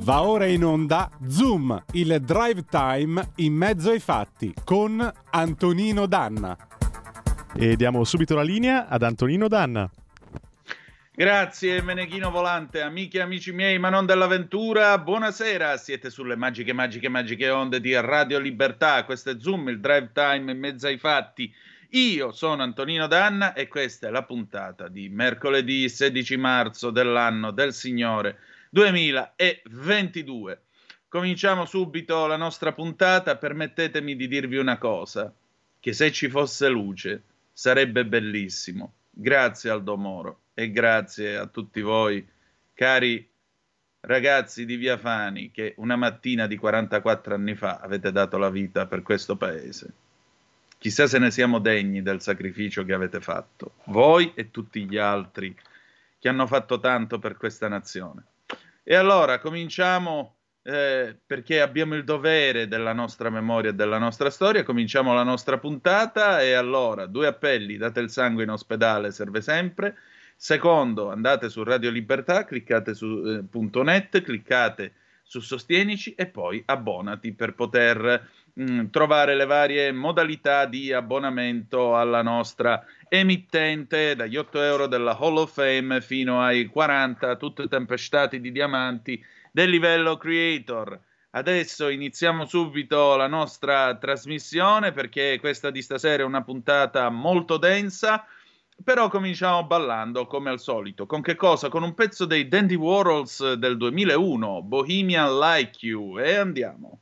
Va ora in onda Zoom, il drive time in mezzo ai fatti con Antonino Danna. E diamo subito la linea ad Antonino Danna. Grazie Meneghino Volante, amiche e amici miei, ma non dell'avventura, buonasera, siete sulle magiche onde di Radio Libertà, questo è Zoom, il drive time in mezzo ai fatti. Io sono Antonino Danna e questa è la puntata di mercoledì 16 marzo dell'anno del Signore 2022. Cominciamo subito la nostra puntata. Permettetemi di dirvi una cosa, che se ci fosse luce sarebbe bellissimo. Grazie Aldo Moro e grazie a tutti voi, cari ragazzi di Via Fani, che una mattina di 44 anni fa avete dato la vita per questo paese. Chissà se ne siamo degni del sacrificio che avete fatto, voi e tutti gli altri che hanno fatto tanto per questa nazione. E allora cominciamo, perché abbiamo il dovere della nostra memoria e della nostra storia, cominciamo la nostra puntata. E allora, 2 appelli: date il sangue in ospedale, serve sempre. Secondo, andate su Radio Libertà, cliccate su .net, cliccate su Sostienici e poi abbonati per poter trovare le varie modalità di abbonamento alla nostra emittente, dagli 8 euro della Hall of Fame fino ai 40, tutte tempestati di diamanti del livello creator. Adesso iniziamo subito la nostra trasmissione, perché questa di stasera è una puntata molto densa, però cominciamo ballando come al solito. Con che cosa? Con un pezzo dei Dandy Warhols del 2001, Bohemian Like You, e andiamo.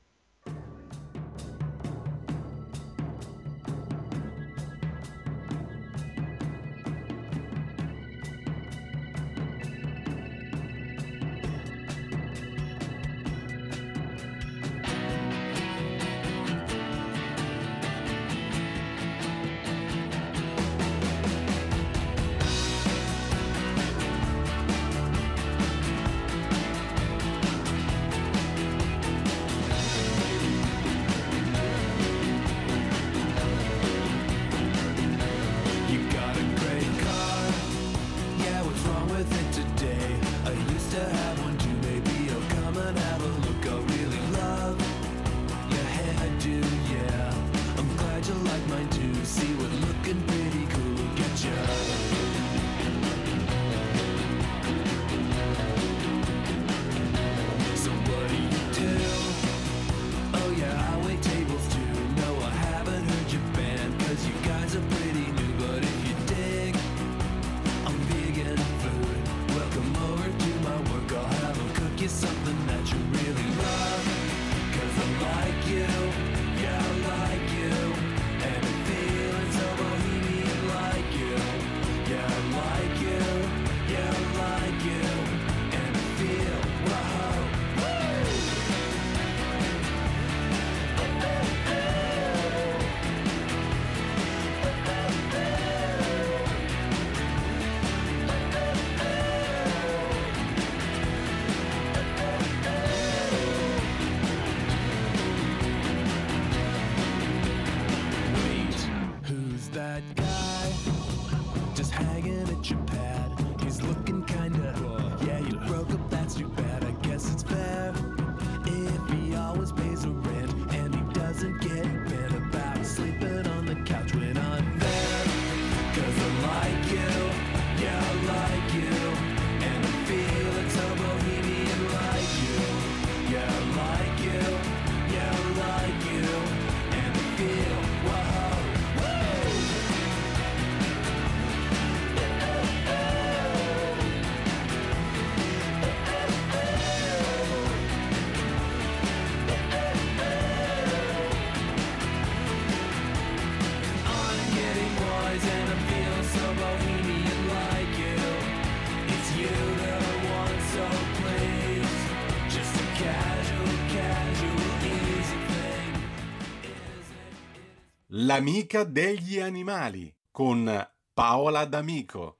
L'amica degli animali con Paola D'Amico.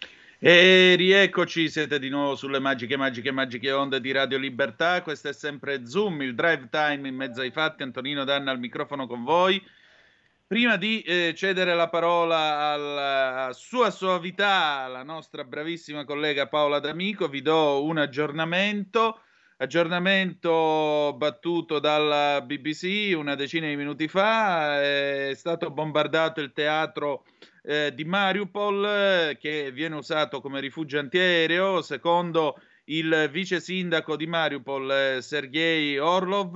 E rieccoci, siete di nuovo sulle magiche onde di Radio Libertà. Questo è sempre Zoom, il drive time in mezzo ai fatti. Antonino Danna al microfono con voi. Prima di cedere la parola a sua soavità alla nostra bravissima collega Paola D'Amico, vi do un aggiornamento. Aggiornamento battuto dalla BBC una decina di minuti fa, è stato bombardato il teatro di Mariupol, che viene usato come rifugio antiaereo. Secondo il vice sindaco di Mariupol, Sergei Orlov,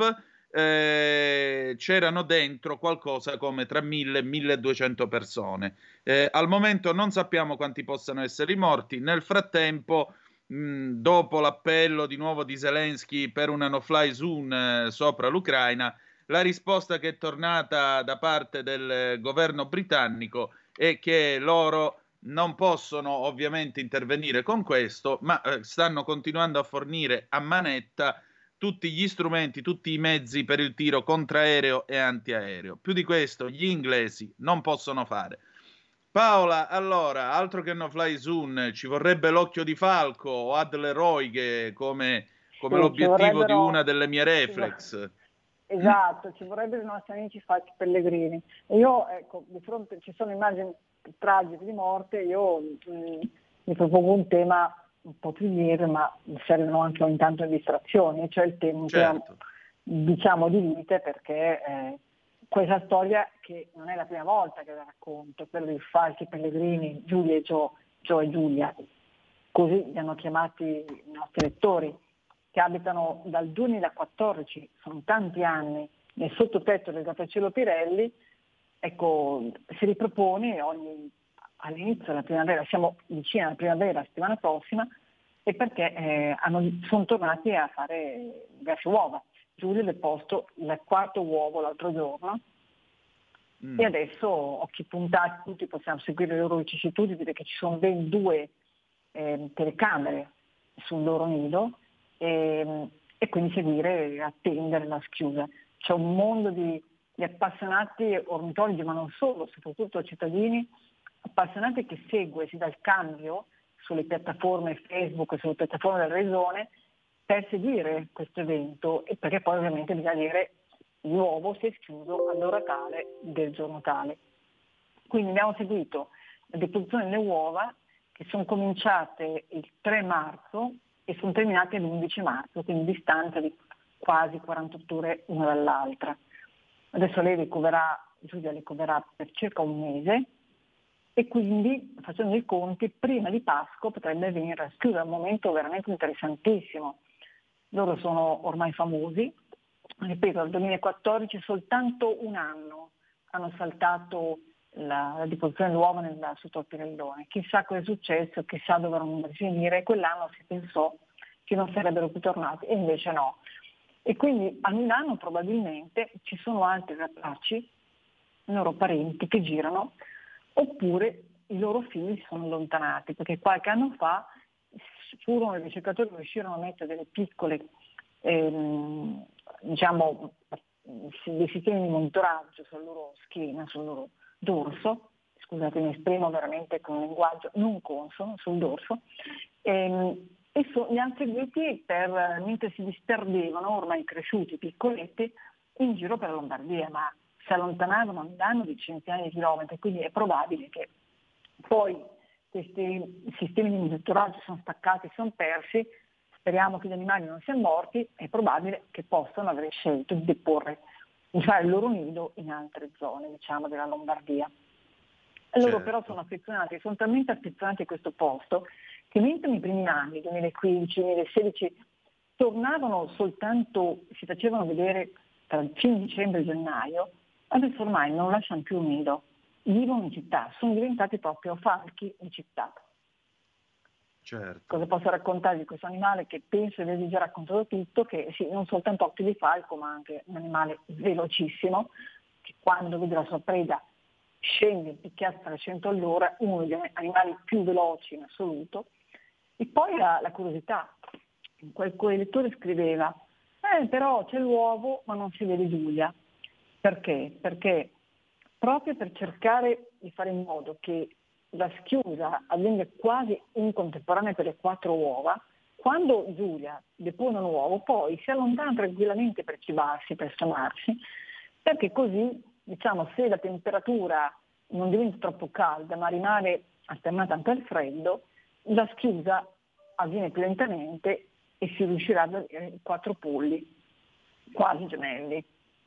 c'erano dentro qualcosa come tra 1000 e 1200 persone. Al momento non sappiamo quanti possano essere i morti. Nel frattempo, dopo l'appello di nuovo di Zelensky per una no-fly zone sopra l'Ucraina, la risposta che è tornata da parte del governo britannico è che loro non possono ovviamente intervenire con questo, ma stanno continuando a fornire a manetta tutti gli strumenti, tutti i mezzi per il tiro contraereo e antiaereo. Più di questo gli inglesi non possono fare. Paola, allora, altro che no fly zone, ci vorrebbe l'occhio di falco o Adler Oige come Sì, ci l'obiettivo di una vorrebbero, delle mie ci vor- reflex. esatto, ci vorrebbero i nostri amici falchi pellegrini. E io, ecco, di fronte ci sono immagini tragiche di morte, io mi propongo un tema un po' più lieve, ma servono anche ogni tanto distrazioni, cioè il tema, Certo, diciamo, di vite, perché questa storia, che non è la prima volta che la racconto, quello dei falchi pellegrini, Giulia e Gio e Giulia, così li hanno chiamati i nostri lettori, che abitano dal 2014, sono tanti anni, nel sottotetto del grattacielo Pirelli. Ecco, si ripropone all'inizio della primavera, siamo vicini alla primavera, la settimana prossima, e perché sono tornati a fare diverse uova. Giulio ha deposto il quarto uovo l'altro giorno e adesso, occhi puntati, tutti possiamo seguire le loro vicissitudini, perché ci sono ben 2 telecamere sul loro nido, e quindi seguire e attendere la schiusa. C'è un mondo di appassionati ornitologi, ma non solo, soprattutto cittadini appassionati, che segue, si dà il cambio sulle piattaforme Facebook e sulle piattaforme della regione per seguire questo evento, e perché poi ovviamente bisogna dire l'uovo si è schiuso all'ora tale del giorno tale. Quindi abbiamo seguito la deposizione delle uova, che sono cominciate il 3 marzo e sono terminate l'11 marzo, quindi distanza di quasi 48 ore una dall'altra. Adesso Giulia ricoverà per circa un mese, e quindi, facendo i conti, prima di Pasqua potrebbe venire a schiudere, un momento veramente interessantissimo. Loro sono ormai famosi, ripeto, dal 2014 soltanto un anno hanno saltato la deposizione dell'uovo sotto il Pirellone. Chissà cosa è successo, chissà dove erano finire. Quell'anno si pensò che non sarebbero più tornati, e invece no. E quindi a Milano probabilmente ci sono altri rapaci, loro parenti, che girano, oppure i loro figli si sono allontanati, perché qualche anno fa furono i ricercatori che riuscirono a mettere delle piccole diciamo dei sistemi di monitoraggio sulla loro schiena, sul loro dorso, scusate, mi esprimo veramente con un linguaggio non consono, sul dorso, li hanno seguiti mentre si disperdevano, ormai cresciuti, piccoletti, in giro per la Lombardia, ma si allontanavano andando di centinaia di chilometri, quindi è probabile che poi questi sistemi di monitoraggio sono staccati, sono persi. Speriamo che gli animali non siano morti, è probabile che possano aver scelto di fare il loro nido in altre zone, diciamo, della Lombardia. Loro certo. però sono talmente affezionati a questo posto, che mentre nei primi anni, 2015-2016, tornavano soltanto, si facevano vedere tra il fine dicembre e gennaio, adesso ormai non lasciano più un nido, vivono in città, sono diventati proprio falchi di città. Certo. Cosa posso raccontare di questo animale, che penso di aver già raccontato tutto, che sì, non soltanto occhi di falco, ma anche un animale velocissimo, che quando vede la sua preda scende in picchiata a 300 all'ora, uno degli animali più veloci in assoluto. E poi la curiosità, quel lettore scriveva, però c'è l'uovo ma non si vede Giulia. Perché? Perché proprio per cercare di fare in modo che la schiusa avvenga quasi in contemporanea per le 4 uova, quando Giulia depone un uovo poi si allontana tranquillamente per cibarsi, per sfamarsi, perché così, diciamo, se la temperatura non diventa troppo calda ma rimane alternata anche al freddo, la schiusa avviene più lentamente e si riuscirà ad avere 4 polli quasi gemelli.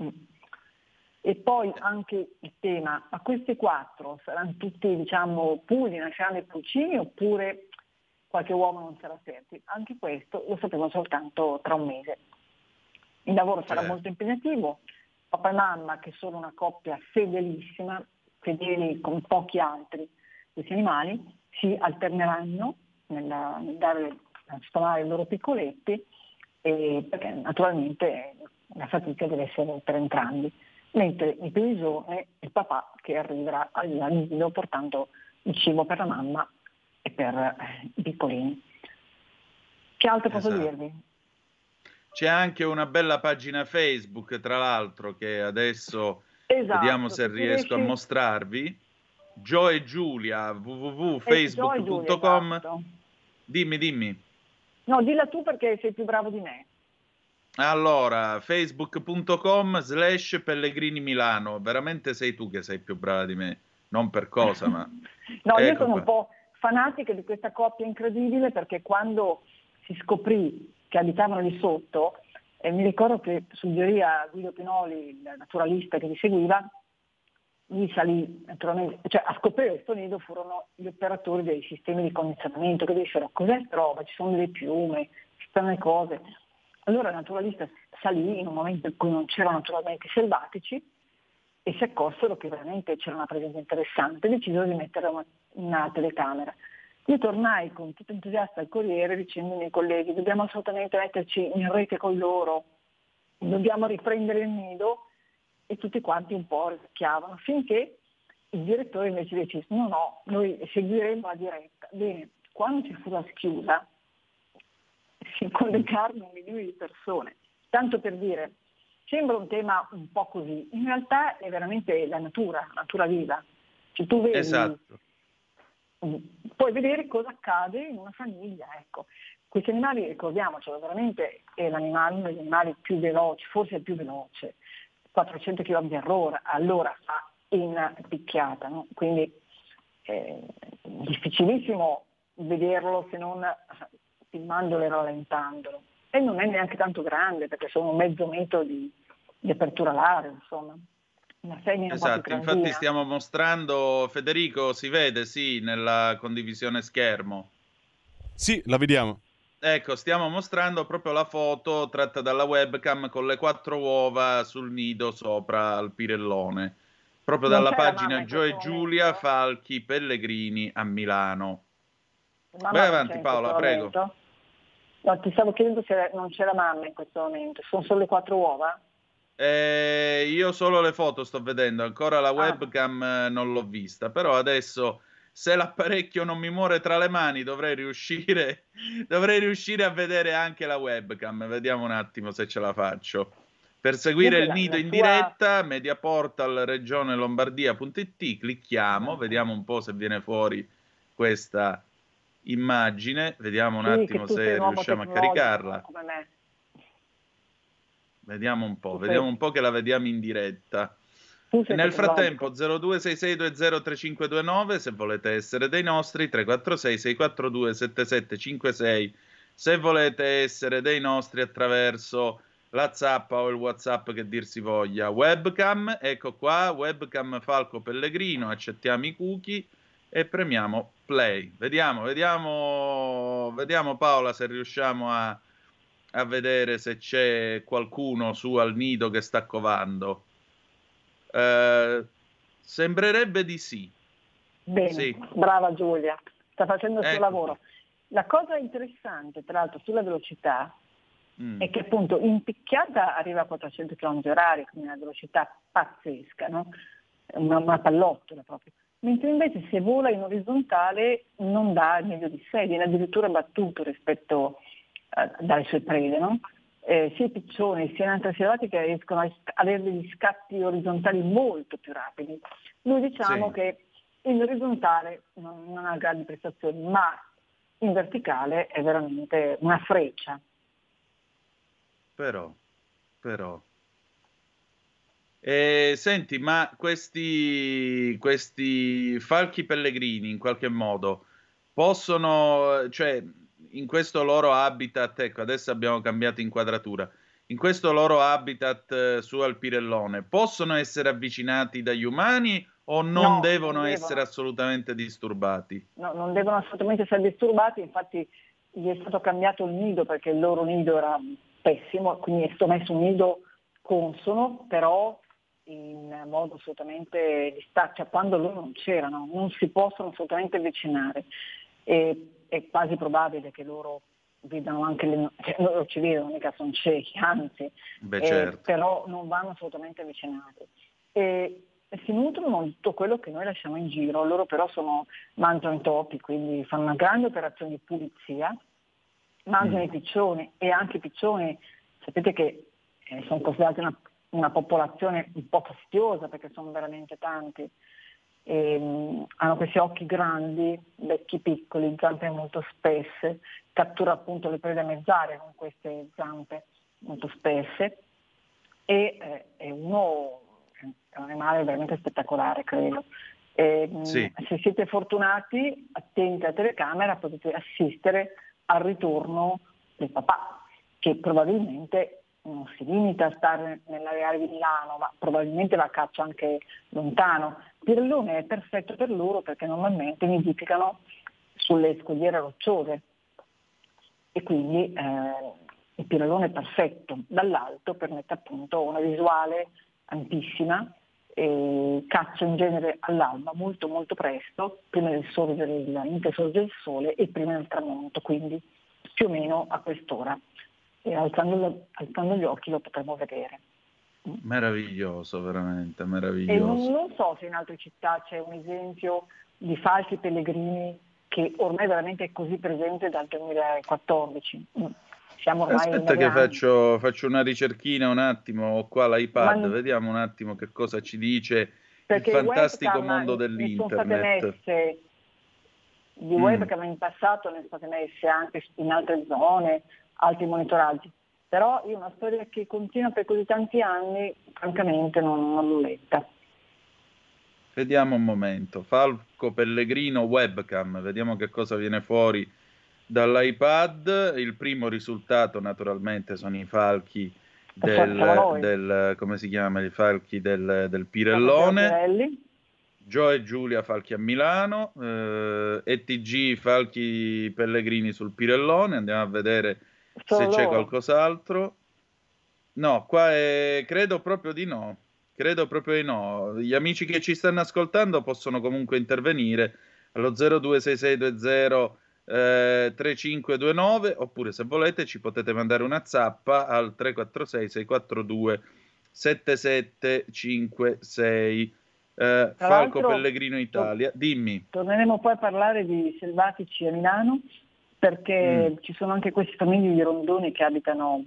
E poi anche il tema, ma questi 4 saranno tutti, diciamo, pulli, nasceranno i pulcini oppure qualche uomo non sarà fertile? Anche questo lo sapremo soltanto tra un mese. Il lavoro sarà molto impegnativo, papà e mamma, che sono una coppia fedelissima, fedeli come pochi altri questi animali, si alterneranno nel sfamare i loro piccoletti, perché naturalmente la fatica deve essere per entrambi, mentre il previsore è il papà che arriverà al nido portando il cibo per la mamma e per i piccolini. Che altro posso dirvi? C'è anche una bella pagina Facebook, tra l'altro, che adesso vediamo se riesco a mostrarvi. Gio e Giulia, www.facebook.com. Esatto. Dimmi. No, dilla tu perché sei più bravo di me. Allora, facebook.com/Pellegrini Milano. Veramente sei tu che sei più brava di me, non per cosa, ma... No, io sono un po' fanatica di questa coppia incredibile, perché quando si scoprì che abitavano lì sotto, mi ricordo che suggerì a Guido Pinoli, il naturalista che li seguiva, lui salì naturalmente, cioè a scoprire questo nido furono gli operatori dei sistemi di condizionamento, che dissero: cos'è sta roba, ci sono delle piume, strane cose. Allora il naturalista salì in un momento in cui non c'erano naturalmente i selvatici e si accorsero che veramente c'era una presenza interessante, e decisero di mettere una telecamera. Io tornai con tutto entusiasta al Corriere dicendo ai miei colleghi: dobbiamo assolutamente metterci in rete con loro, dobbiamo riprendere il nido, e tutti quanti un po' rischiavano, finché il direttore invece decise: no, noi seguiremo la diretta. Bene, quando ci fu la schiusa si collegarono milioni di persone. Tanto per dire, sembra un tema un po' così, in realtà è veramente la natura viva. Cioè, tu vedi, esatto, puoi vedere cosa accade in una famiglia, ecco. Questi animali, ricordiamocelo, veramente è uno degli animali più veloci, forse il più veloce, 400 km all'ora fa in picchiata, no? Quindi è difficilissimo vederlo se non filmandolo e rallentandolo. E non è neanche tanto grande, perché sono mezzo metro di apertura alario, insomma. Una femmina esatto. Infatti stiamo mostrando, Federico, si vede, sì, nella condivisione schermo. Sì, la vediamo. Ecco, stiamo mostrando proprio la foto tratta dalla webcam con le 4 uova sul nido sopra al pirellone. Proprio Non dalla c'è la mamma pagina in Gio e questo Giulia, momento? Falchi Pellegrini a Milano. Mamma Vai non avanti c'è in Paola, questo prego. momento? No, ti stavo chiedendo se non c'è la mamma in questo momento. Sono solo le 4 uova? Io solo le foto sto vedendo, ancora la webcam non l'ho vista, però adesso se l'apparecchio non mi muore tra le mani dovrei riuscire a vedere anche la webcam. Vediamo un attimo se ce la faccio. Per seguire Dunque, il nido in sua... diretta, Mediaportal Regione Lombardia.it, clicchiamo, Esatto. vediamo un po' se viene fuori questa immagine, vediamo un Sì, attimo che tu sei se un uomo riusciamo a tecnologico, non caricarla. come me. Vediamo un Tu po' che la vediamo in diretta. E sei nel tecnologico. frattempo 0266203529 se volete essere dei nostri, 346 642 7756 se volete essere dei nostri attraverso la zappa o il WhatsApp che dir si voglia. Webcam, ecco qua, webcam Falco Pellegrino, accettiamo i cookie e premiamo play. Vediamo Paola se riusciamo a vedere se c'è qualcuno su al nido che sta covando. Sembrerebbe di sì. Bene, Sì. brava Giulia, sta facendo il suo Ecco lavoro. qui. La cosa interessante, tra l'altro, sulla velocità è che appunto in picchiata arriva a 400 km/h, quindi una velocità pazzesca, no? Una pallottola proprio. Mentre invece se vola in orizzontale non dà meglio di sé, viene addirittura battuto rispetto dalle sue prede, no? Sia i piccioni sia le altre selvatiche riescono a avere degli scatti orizzontali molto più rapidi. Noi diciamo Sì. che in orizzontale non ha grandi prestazioni, ma in verticale è veramente una freccia. Però. Senti, ma questi falchi pellegrini in qualche modo possono, cioè, in questo loro habitat, ecco, adesso abbiamo cambiato inquadratura, in questo loro habitat su Alpirellone, possono essere avvicinati dagli umani o non devono essere assolutamente disturbati? No, non devono assolutamente essere disturbati, infatti gli è stato cambiato il nido perché il loro nido era pessimo, quindi è stato messo un nido consono, però in modo assolutamente distaccato, cioè quando loro non c'erano, non si possono assolutamente avvicinare. E è quasi probabile che loro vedano anche loro ci vedono, mica sono ciechi, anzi, certo. però non vanno assolutamente avvicinati. E si nutrono di tutto quello che noi lasciamo in giro, loro però mangiano i topi, quindi fanno una grande operazione di pulizia, mangiano i piccioni, e anche i piccioni, sapete che sono considerati una popolazione un po' fastidiosa perché sono veramente tanti. Hanno questi occhi grandi, becchi piccoli, zampe molto spesse, cattura appunto le prede a mezz'aria con queste zampe molto spesse e è un animale veramente spettacolare, credo. Sì. Se siete fortunati, attenti alla telecamera, potete assistere al ritorno del papà, che probabilmente non si limita a stare nell'areale di Milano, ma probabilmente va a caccia anche lontano. Pirellone è perfetto per loro perché normalmente nidificano sulle scogliere rocciose e quindi il pirellone è perfetto. Dall'alto permette appunto una visuale ampissima, caccia in genere all'alba molto molto presto, prima del mentre sorge il sole e prima del tramonto, quindi più o meno a quest'ora. E alzando gli occhi lo potremo vedere. Meraviglioso, veramente meraviglioso. E non so se in altre città c'è un esempio di falchi pellegrini che ormai veramente è così presente dal 2014. Siamo ormai Aspetta che faccio una ricerchina un attimo, ho qua l'iPad, vediamo un attimo che cosa ci dice il fantastico mondo dell'internet. Di webcam in passato ne sono state messe anche in altre zone, altri monitoraggi, però io una storia che continua per così tanti anni, francamente non l'ho letta. Vediamo un momento, falco pellegrino webcam, vediamo che cosa viene fuori dall'iPad. Il primo risultato naturalmente sono i falchi come si chiama? I falchi del Pirellone. Gio e Giulia falchi a Milano, ETG falchi pellegrini sul Pirellone, andiamo a vedere se c'è qualcos'altro. No, qua credo proprio di no. Gli amici che ci stanno ascoltando possono comunque intervenire allo 026620 3529 oppure se volete ci potete mandare una zappa al 346 642 7756. Falco Pellegrino Italia, dimmi. Torneremo poi a parlare di selvatici a Milano perché ci sono anche queste famiglie di rondoni che abitano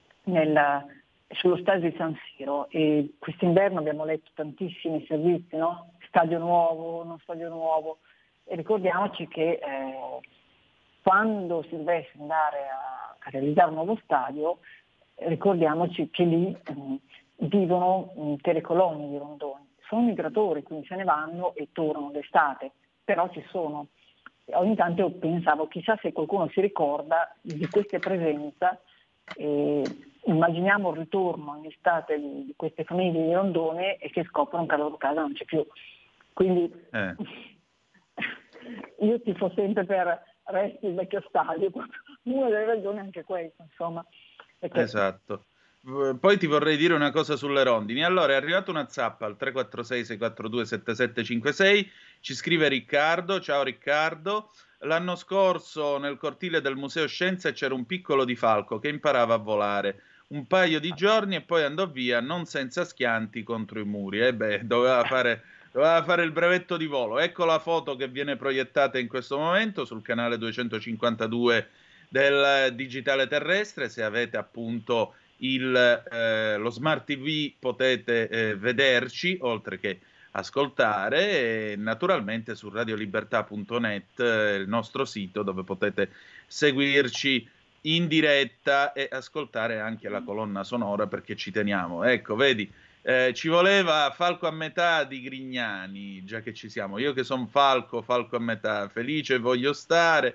sullo stadio di San Siro e quest'inverno abbiamo letto tantissimi servizi, no? Stadio nuovo, non stadio nuovo, e ricordiamoci che quando si dovesse andare a realizzare un nuovo stadio, ricordiamoci che lì vivono intere colonie di rondoni. Sono migratori, quindi se ne vanno e tornano d'estate, però ci sono. Ogni tanto io pensavo, chissà se qualcuno si ricorda di questa presenza, immaginiamo il ritorno in estate di queste famiglie di rondone e che scoprono che la loro casa non c'è più. Quindi io tifo sempre per resti il vecchio stadio, una delle ragioni è anche questa, insomma. Esatto. Poi ti vorrei dire una cosa sulle rondini. Allora, è arrivata una zappa al 346 642 7756, ci scrive Riccardo. Ciao Riccardo. L'anno scorso nel cortile del Museo Scienze c'era un piccolo di falco che imparava a volare un paio di giorni e poi andò via non senza schianti contro i muri. Doveva fare il brevetto di volo. Ecco la foto che viene proiettata in questo momento sul canale 252 del Digitale Terrestre. Se avete appunto lo Smart TV potete vederci, oltre che ascoltare, e naturalmente su radiolibertà.net, il nostro sito dove potete seguirci in diretta e ascoltare anche la colonna sonora perché ci teniamo. Ecco, vedi, ci voleva Falco a metà di Grignani, già che ci siamo. Io che sono Falco a metà, felice voglio stare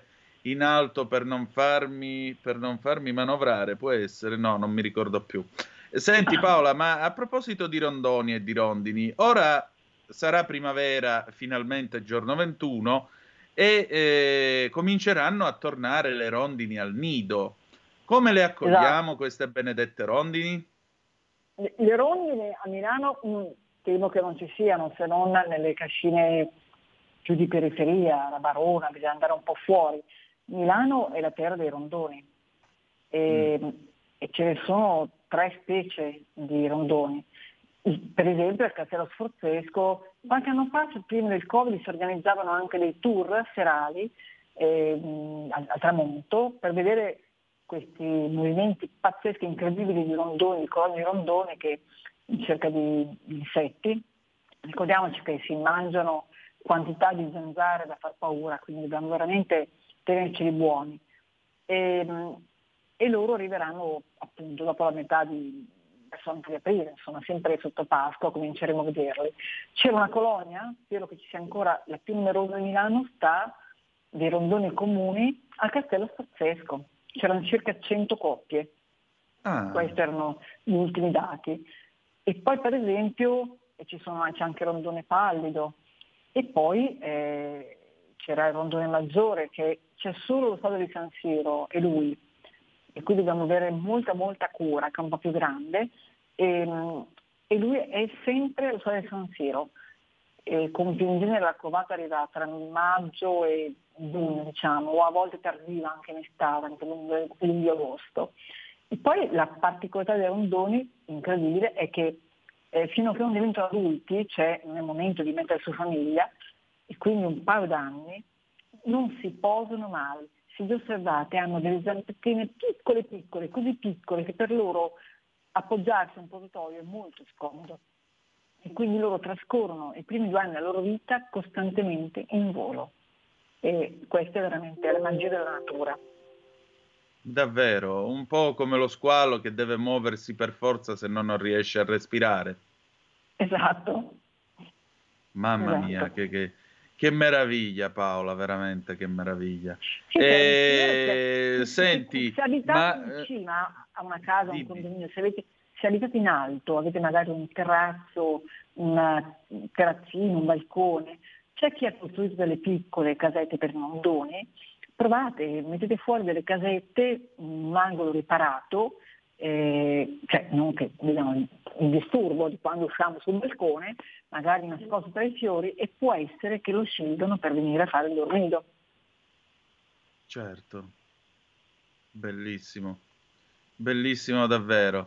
in alto per non farmi manovrare, può essere? No, non mi ricordo più. Senti Paola, ma a proposito di rondoni e di rondini, ora sarà primavera, finalmente giorno 21, e cominceranno a tornare le rondini al nido. Come le accogliamo Esatto. queste benedette rondini? Le rondine a Milano temo che non ci siano, se non nelle cascine più di periferia, la Barona, bisogna andare un po' fuori. Milano è la terra dei rondoni e, e ce ne sono 3 specie di rondoni. Per esempio al Castello Sforzesco, qualche anno fa, prima del Covid, si organizzavano anche dei tour serali al tramonto per vedere questi movimenti pazzeschi, incredibili di rondoni, di colonie rondone che in cerca di insetti. Ricordiamoci che si mangiano quantità di zanzare da far paura, quindi dobbiamo veramente tenerceli buoni. E loro arriveranno appunto dopo la metà verso anche di aprile, insomma sempre sotto Pasqua cominceremo a vederli. C'era una colonia, spero che ci sia ancora la più numerosa di Milano, sta dei rondoni comuni al Castello Sforzesco. C'erano circa 100 coppie, questi erano gli ultimi dati. E poi per esempio c'è anche il rondone pallido e poi c'era il rondone maggiore che c'è solo lo stadio di San Siro e lui, e qui dobbiamo avere molta cura, che è un po' più grande, e lui è sempre allo stadio di San Siro, con in genere la covata arriva tra maggio e giugno, diciamo, o a volte tardiva anche in estate, anche luglio-agosto. E poi la particolarità dei rondoni, incredibile, è che fino a che non diventano adulti, cioè nel momento di mettere su famiglia, e quindi un paio d'anni, non si posano mai. Se li osservate hanno delle zampettine piccole, così piccole che per loro appoggiarsi a un pototoio è molto scomodo. E quindi loro trascorrono i primi 2 anni della loro vita costantemente in volo. E questa è veramente la magia della natura. Davvero, un po' come lo squalo che deve muoversi per forza se no non riesce a respirare. Esatto. Mamma mia, che meraviglia Paola, veramente che meraviglia. Senti, se abitate in cima a una casa, un condominio, se abitate in alto, avete magari un terrazzo, un terrazzino, un balcone, c'è chi ha costruito delle piccole casette per rondoni, provate, mettete fuori delle casette, un angolo riparato, cioè non che vediamo il disturbo di quando usciamo sul balcone, magari nascosto tra i fiori, e può essere che lo scelgano per venire a fare il loro nido. Certo, bellissimo, bellissimo davvero.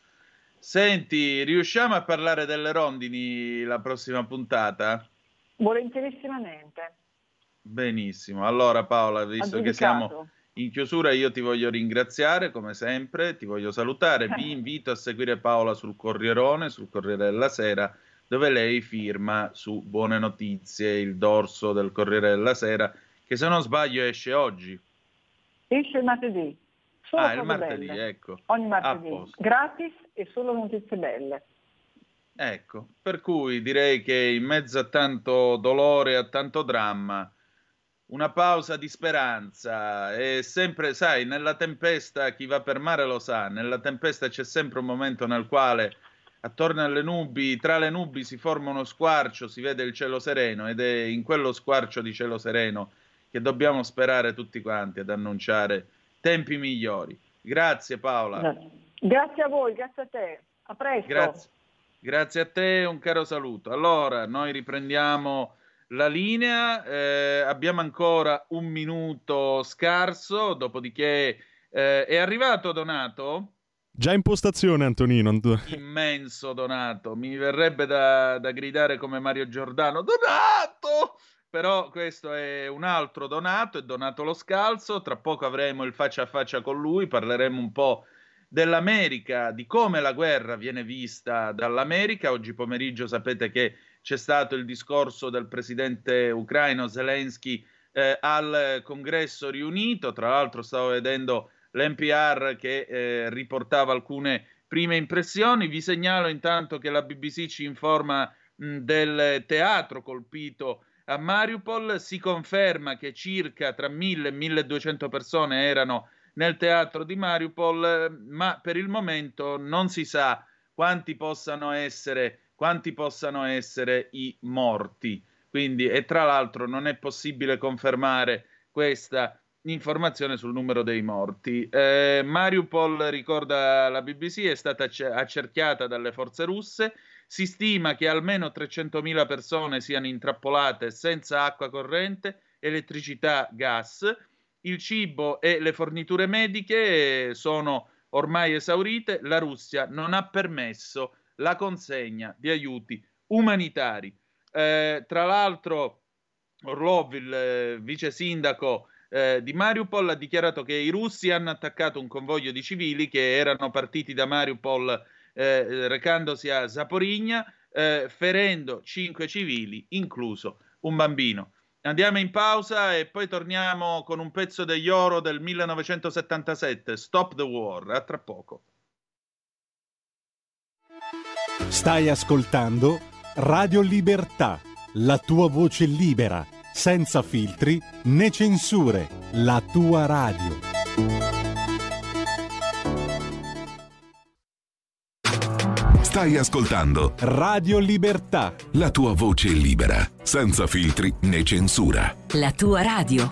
Senti, riusciamo a parlare delle rondini la prossima puntata? Volentierissimamente. Benissimo, allora Paola, visto che siamo in chiusura, io ti voglio ringraziare come sempre, ti voglio salutare, vi invito a seguire Paola sul Corrierone, sul Corriere della Sera, dove lei firma su Buone Notizie, il dorso del Corriere della Sera, che se non sbaglio esce oggi. Esce il martedì. Solo il martedì, belle. ecco. Ogni martedì, gratis e solo notizie belle. Ecco, per cui direi che in mezzo a tanto dolore, a tanto dramma, una pausa di speranza. È sempre, sai, nella tempesta, chi va per mare lo sa, nella tempesta c'è sempre un momento nel quale attorno alle nubi, tra le nubi si forma uno squarcio, si vede il cielo sereno, ed è in quello squarcio di cielo sereno che dobbiamo sperare tutti quanti ad annunciare tempi migliori. Grazie Paola. Grazie a voi, grazie a te. A presto. Grazie a te, un caro saluto. Allora, noi riprendiamo la linea, abbiamo ancora 1 minuto scarso, dopodiché è arrivato Donato? Già in postazione, Antonino. Immenso Donato, mi verrebbe da gridare come Mario Giordano, Donato! Però questo è un altro Donato, è Donato Lo Scalzo, tra poco avremo il faccia a faccia con lui, parleremo un po' dell'America, di come la guerra viene vista dall'America. Oggi pomeriggio sapete che c'è stato il discorso del presidente ucraino Zelensky al Congresso riunito, tra l'altro stavo vedendo l'NPR che riportava alcune prime impressioni. Vi segnalo intanto che la BBC ci informa del teatro colpito a Mariupol. Si conferma che circa tra 1.000 e 1.200 persone erano nel teatro di Mariupol, ma per il momento non si sa quanti possano essere i morti. Quindi, e tra l'altro non è possibile confermare questa informazione sul numero dei morti. Mariupol, ricorda la BBC, è stata accerchiata dalle forze russe. Si stima che almeno 300.000 persone siano intrappolate senza acqua corrente, elettricità, gas. Il cibo e le forniture mediche sono ormai esaurite. La Russia non ha permesso la consegna di aiuti umanitari. Tra l'altro Orlov, il vice sindaco di Mariupol, ha dichiarato che i russi hanno attaccato un convoglio di civili che erano partiti da Mariupol recandosi a Zaporizhzhia, ferendo 5 civili, incluso un bambino. Andiamo in pausa e poi torniamo con un pezzo degli Oro del 1977, Stop the War. A tra poco. Stai ascoltando Radio Libertà, la tua voce libera, senza filtri né censure, la tua radio. Stai ascoltando Radio Libertà, la tua voce libera, senza filtri né censura. La tua radio.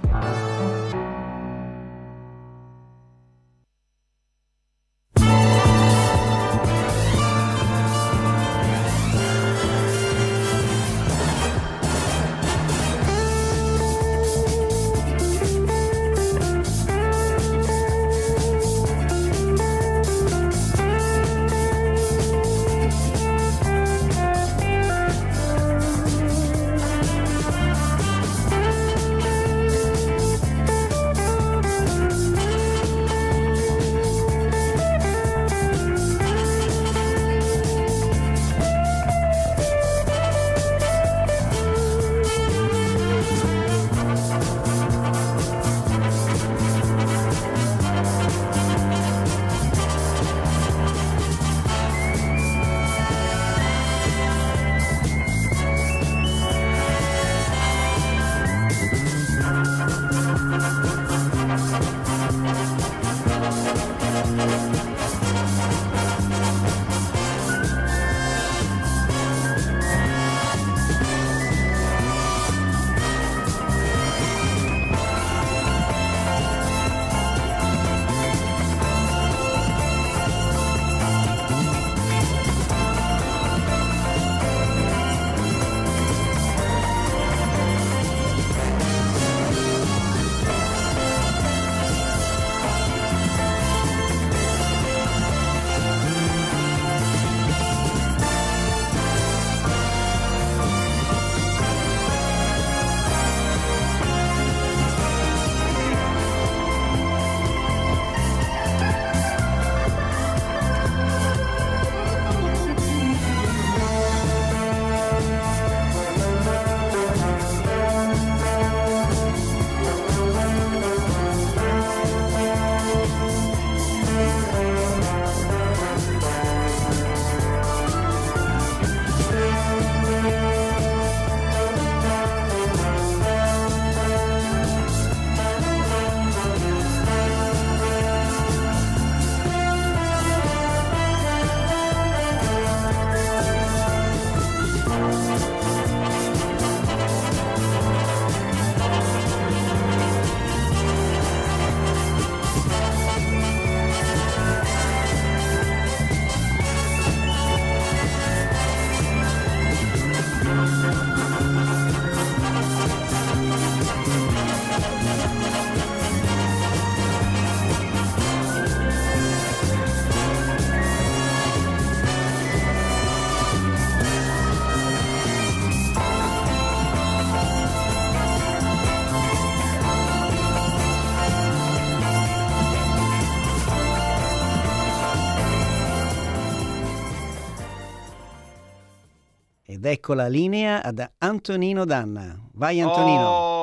Ed ecco la linea ad Antonino Danna. Vai Antonino.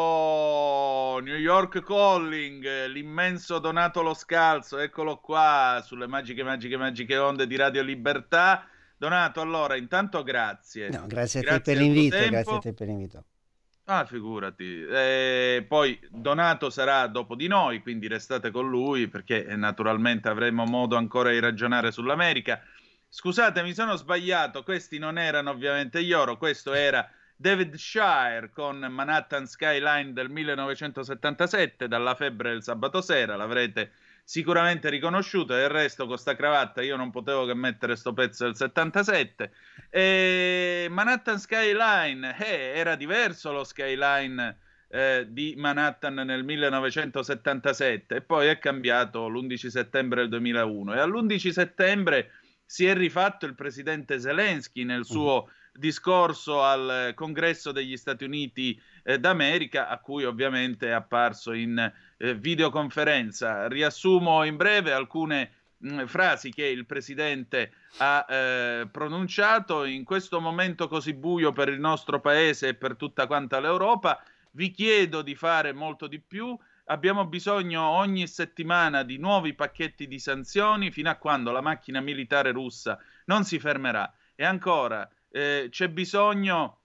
Oh, New York Calling, l'immenso Donato Lo Scalzo, eccolo qua sulle magiche onde di Radio Libertà. Donato, allora, intanto grazie. No, grazie a te per l'invito, grazie a te per l'invito. Ah, figurati. Poi Donato sarà dopo di noi, quindi restate con lui perché naturalmente avremo modo ancora di ragionare sull'America. Scusate, mi sono sbagliato, questi non erano ovviamente gli Oro, questo era David Shire con Manhattan Skyline del 1977, dalla febbre del sabato sera, l'avrete sicuramente riconosciuto, e il resto con sta cravatta io non potevo che mettere sto pezzo del 77. E Manhattan Skyline, era diverso lo skyline di Manhattan nel 1977 e poi è cambiato l'11 settembre del 2001 e all'11 settembre si è rifatto il presidente Zelensky nel suo discorso al Congresso degli Stati Uniti d'America, a cui ovviamente è apparso in videoconferenza. Riassumo in breve alcune frasi che il presidente ha pronunciato: in questo momento così buio per il nostro paese e per tutta quanta l'Europa, vi chiedo di fare molto di più. Abbiamo bisogno ogni settimana di nuovi pacchetti di sanzioni fino a quando la macchina militare russa non si fermerà. E ancora, c'è bisogno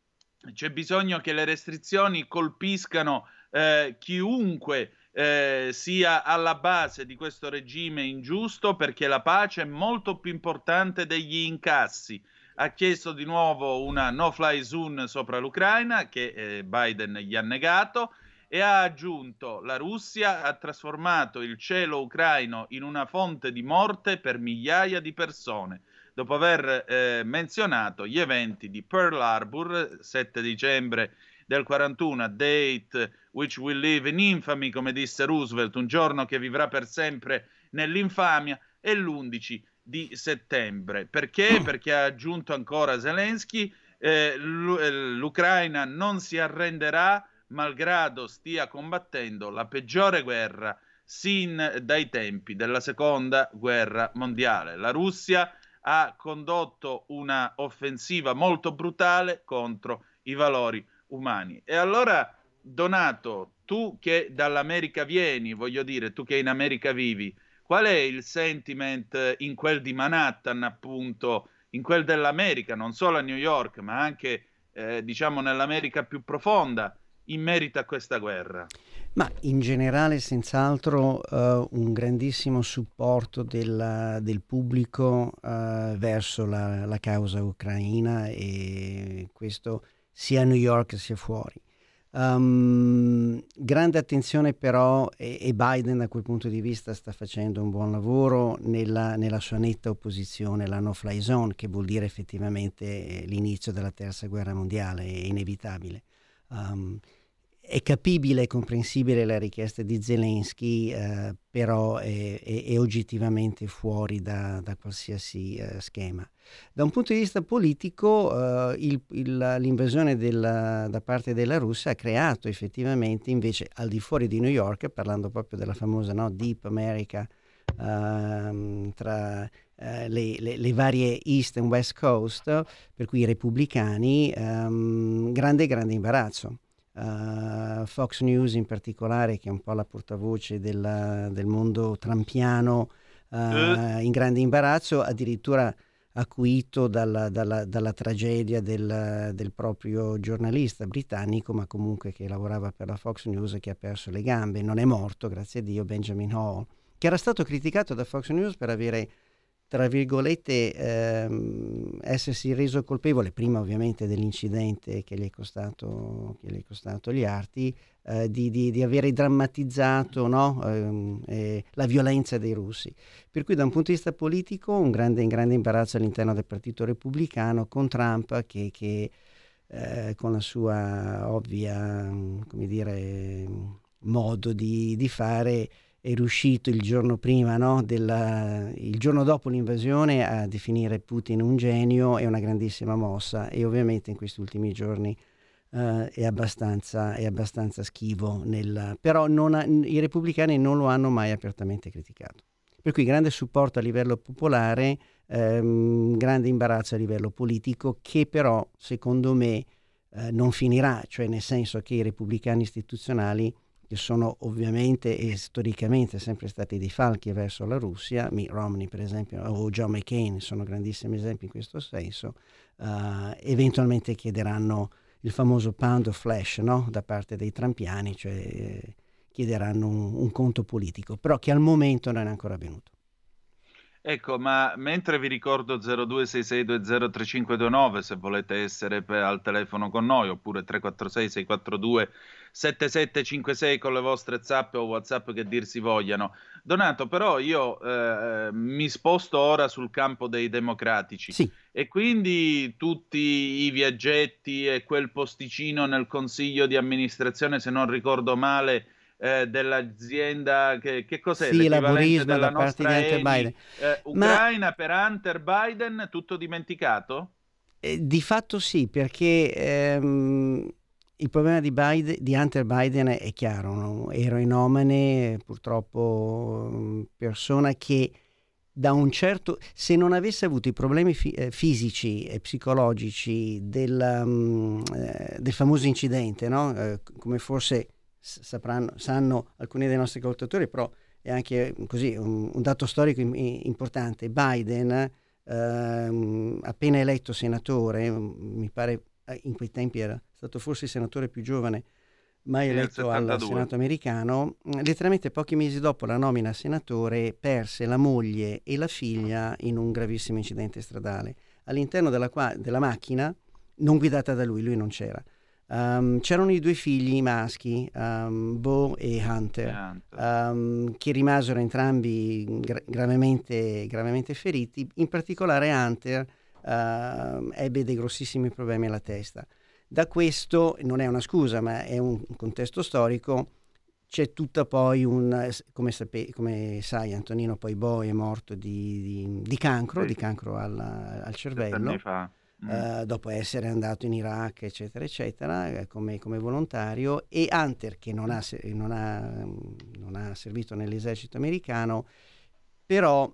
che le restrizioni colpiscano chiunque sia alla base di questo regime ingiusto, perché la pace è molto più importante degli incassi. Ha chiesto di nuovo una no-fly zone sopra l'Ucraina, che Biden gli ha negato, e ha aggiunto: la Russia ha trasformato il cielo ucraino in una fonte di morte per migliaia di persone, dopo aver menzionato gli eventi di Pearl Harbor, 7 dicembre del 41, a date which will live in infamy, come disse Roosevelt, un giorno che vivrà per sempre nell'infamia, e l'11 di settembre. Perché? Perché ha aggiunto ancora Zelensky, l'Ucraina non si arrenderà malgrado stia combattendo la peggiore guerra sin dai tempi della seconda guerra mondiale. La Russia ha condotto una offensiva molto brutale contro i valori umani. E allora, Donato, tu che dall'America vieni, voglio dire, tu che in America vivi, qual è il sentiment in quel di Manhattan, appunto, in quel dell'America, non solo a New York, ma anche, diciamo, nell'America più profonda, in merito a questa guerra? Ma in generale senz'altro un grandissimo supporto del pubblico verso la causa ucraina, e questo sia a New York sia fuori. Grande attenzione però, e Biden da quel punto di vista sta facendo un buon lavoro nella sua netta opposizione alla no-fly zone, che vuol dire effettivamente l'inizio della terza guerra mondiale, è inevitabile. È capibile e comprensibile la richiesta di Zelensky, però è oggettivamente fuori da qualsiasi schema. Da un punto di vista politico, l'invasione da parte della Russia ha creato effettivamente, invece, al di fuori di New York, parlando proprio della famosa Deep America, tra le varie East and West Coast, per cui i repubblicani, grande imbarazzo. Fox News in particolare, che è un po' la portavoce del mondo trampiano, in grande imbarazzo, addirittura acuito dalla tragedia del proprio giornalista britannico, ma comunque che lavorava per la Fox News, che ha perso le gambe. Non è morto, grazie a Dio, Benjamin Hall, che era stato criticato da Fox News per avere, tra virgolette, essersi reso colpevole, prima ovviamente dell'incidente che gli è costato gli arti, di avere drammatizzato la violenza dei russi. Per cui da un punto di vista politico un grande imbarazzo all'interno del Partito Repubblicano, con Trump che con la sua ovvia, come dire, modo di fare, è riuscito il giorno prima, il giorno dopo l'invasione, a definire Putin un genio. È una grandissima mossa, e ovviamente in questi ultimi giorni è abbastanza schivo, però i repubblicani non lo hanno mai apertamente criticato. Per cui grande supporto a livello popolare, grande imbarazzo a livello politico, che però secondo me non finirà, cioè nel senso che i repubblicani istituzionali, che sono ovviamente e storicamente sempre stati dei falchi verso la Russia, Mitt Romney per esempio o John McCain sono grandissimi esempi in questo senso, eventualmente chiederanno il famoso pound of flesh, no? Da parte dei trumpiani, cioè chiederanno un conto politico, però che al momento non è ancora avvenuto. Ecco, ma mentre vi ricordo 0266203529 se volete essere al telefono con noi, oppure 346-642-7756 con le vostre zappe o WhatsApp che dir si vogliano. Donato, però io mi sposto ora sul campo dei democratici. Sì. E quindi tutti i viaggetti e quel posticino nel consiglio di amministrazione, se non ricordo male, dell'azienda che cos'è? Sì, L'equivalente laburismo della da parte di nostra Hunter Eni, Biden. Ucraina per Hunter Biden, tutto dimenticato? Di fatto sì, perché il problema di Hunter Biden è chiaro, no? Eroinomane, purtroppo persona che da un certo, se non avesse avuto i problemi fisici e psicologici del famoso incidente, no? Come forse sanno alcuni dei nostri ascoltatori, però è anche così un dato storico importante. Biden, appena eletto senatore, mi pare in quei tempi era stato forse il senatore più giovane mai eletto al Senato americano, letteralmente pochi mesi dopo la nomina a senatore perse la moglie e la figlia in un gravissimo incidente stradale all'interno della macchina non guidata da lui non c'era. C'erano i due figli maschi, Bo e Hunter, che rimasero entrambi gravemente feriti. In particolare Hunter ebbe dei grossissimi problemi alla testa. Da questo, non è una scusa, ma è un contesto storico, c'è tutta poi come sai Antonino, poi Bo è morto di cancro, di cancro al cervello. 7 anni fa. Dopo essere andato in Iraq eccetera eccetera come volontario, e Hunter, che non ha servito nell'esercito americano, però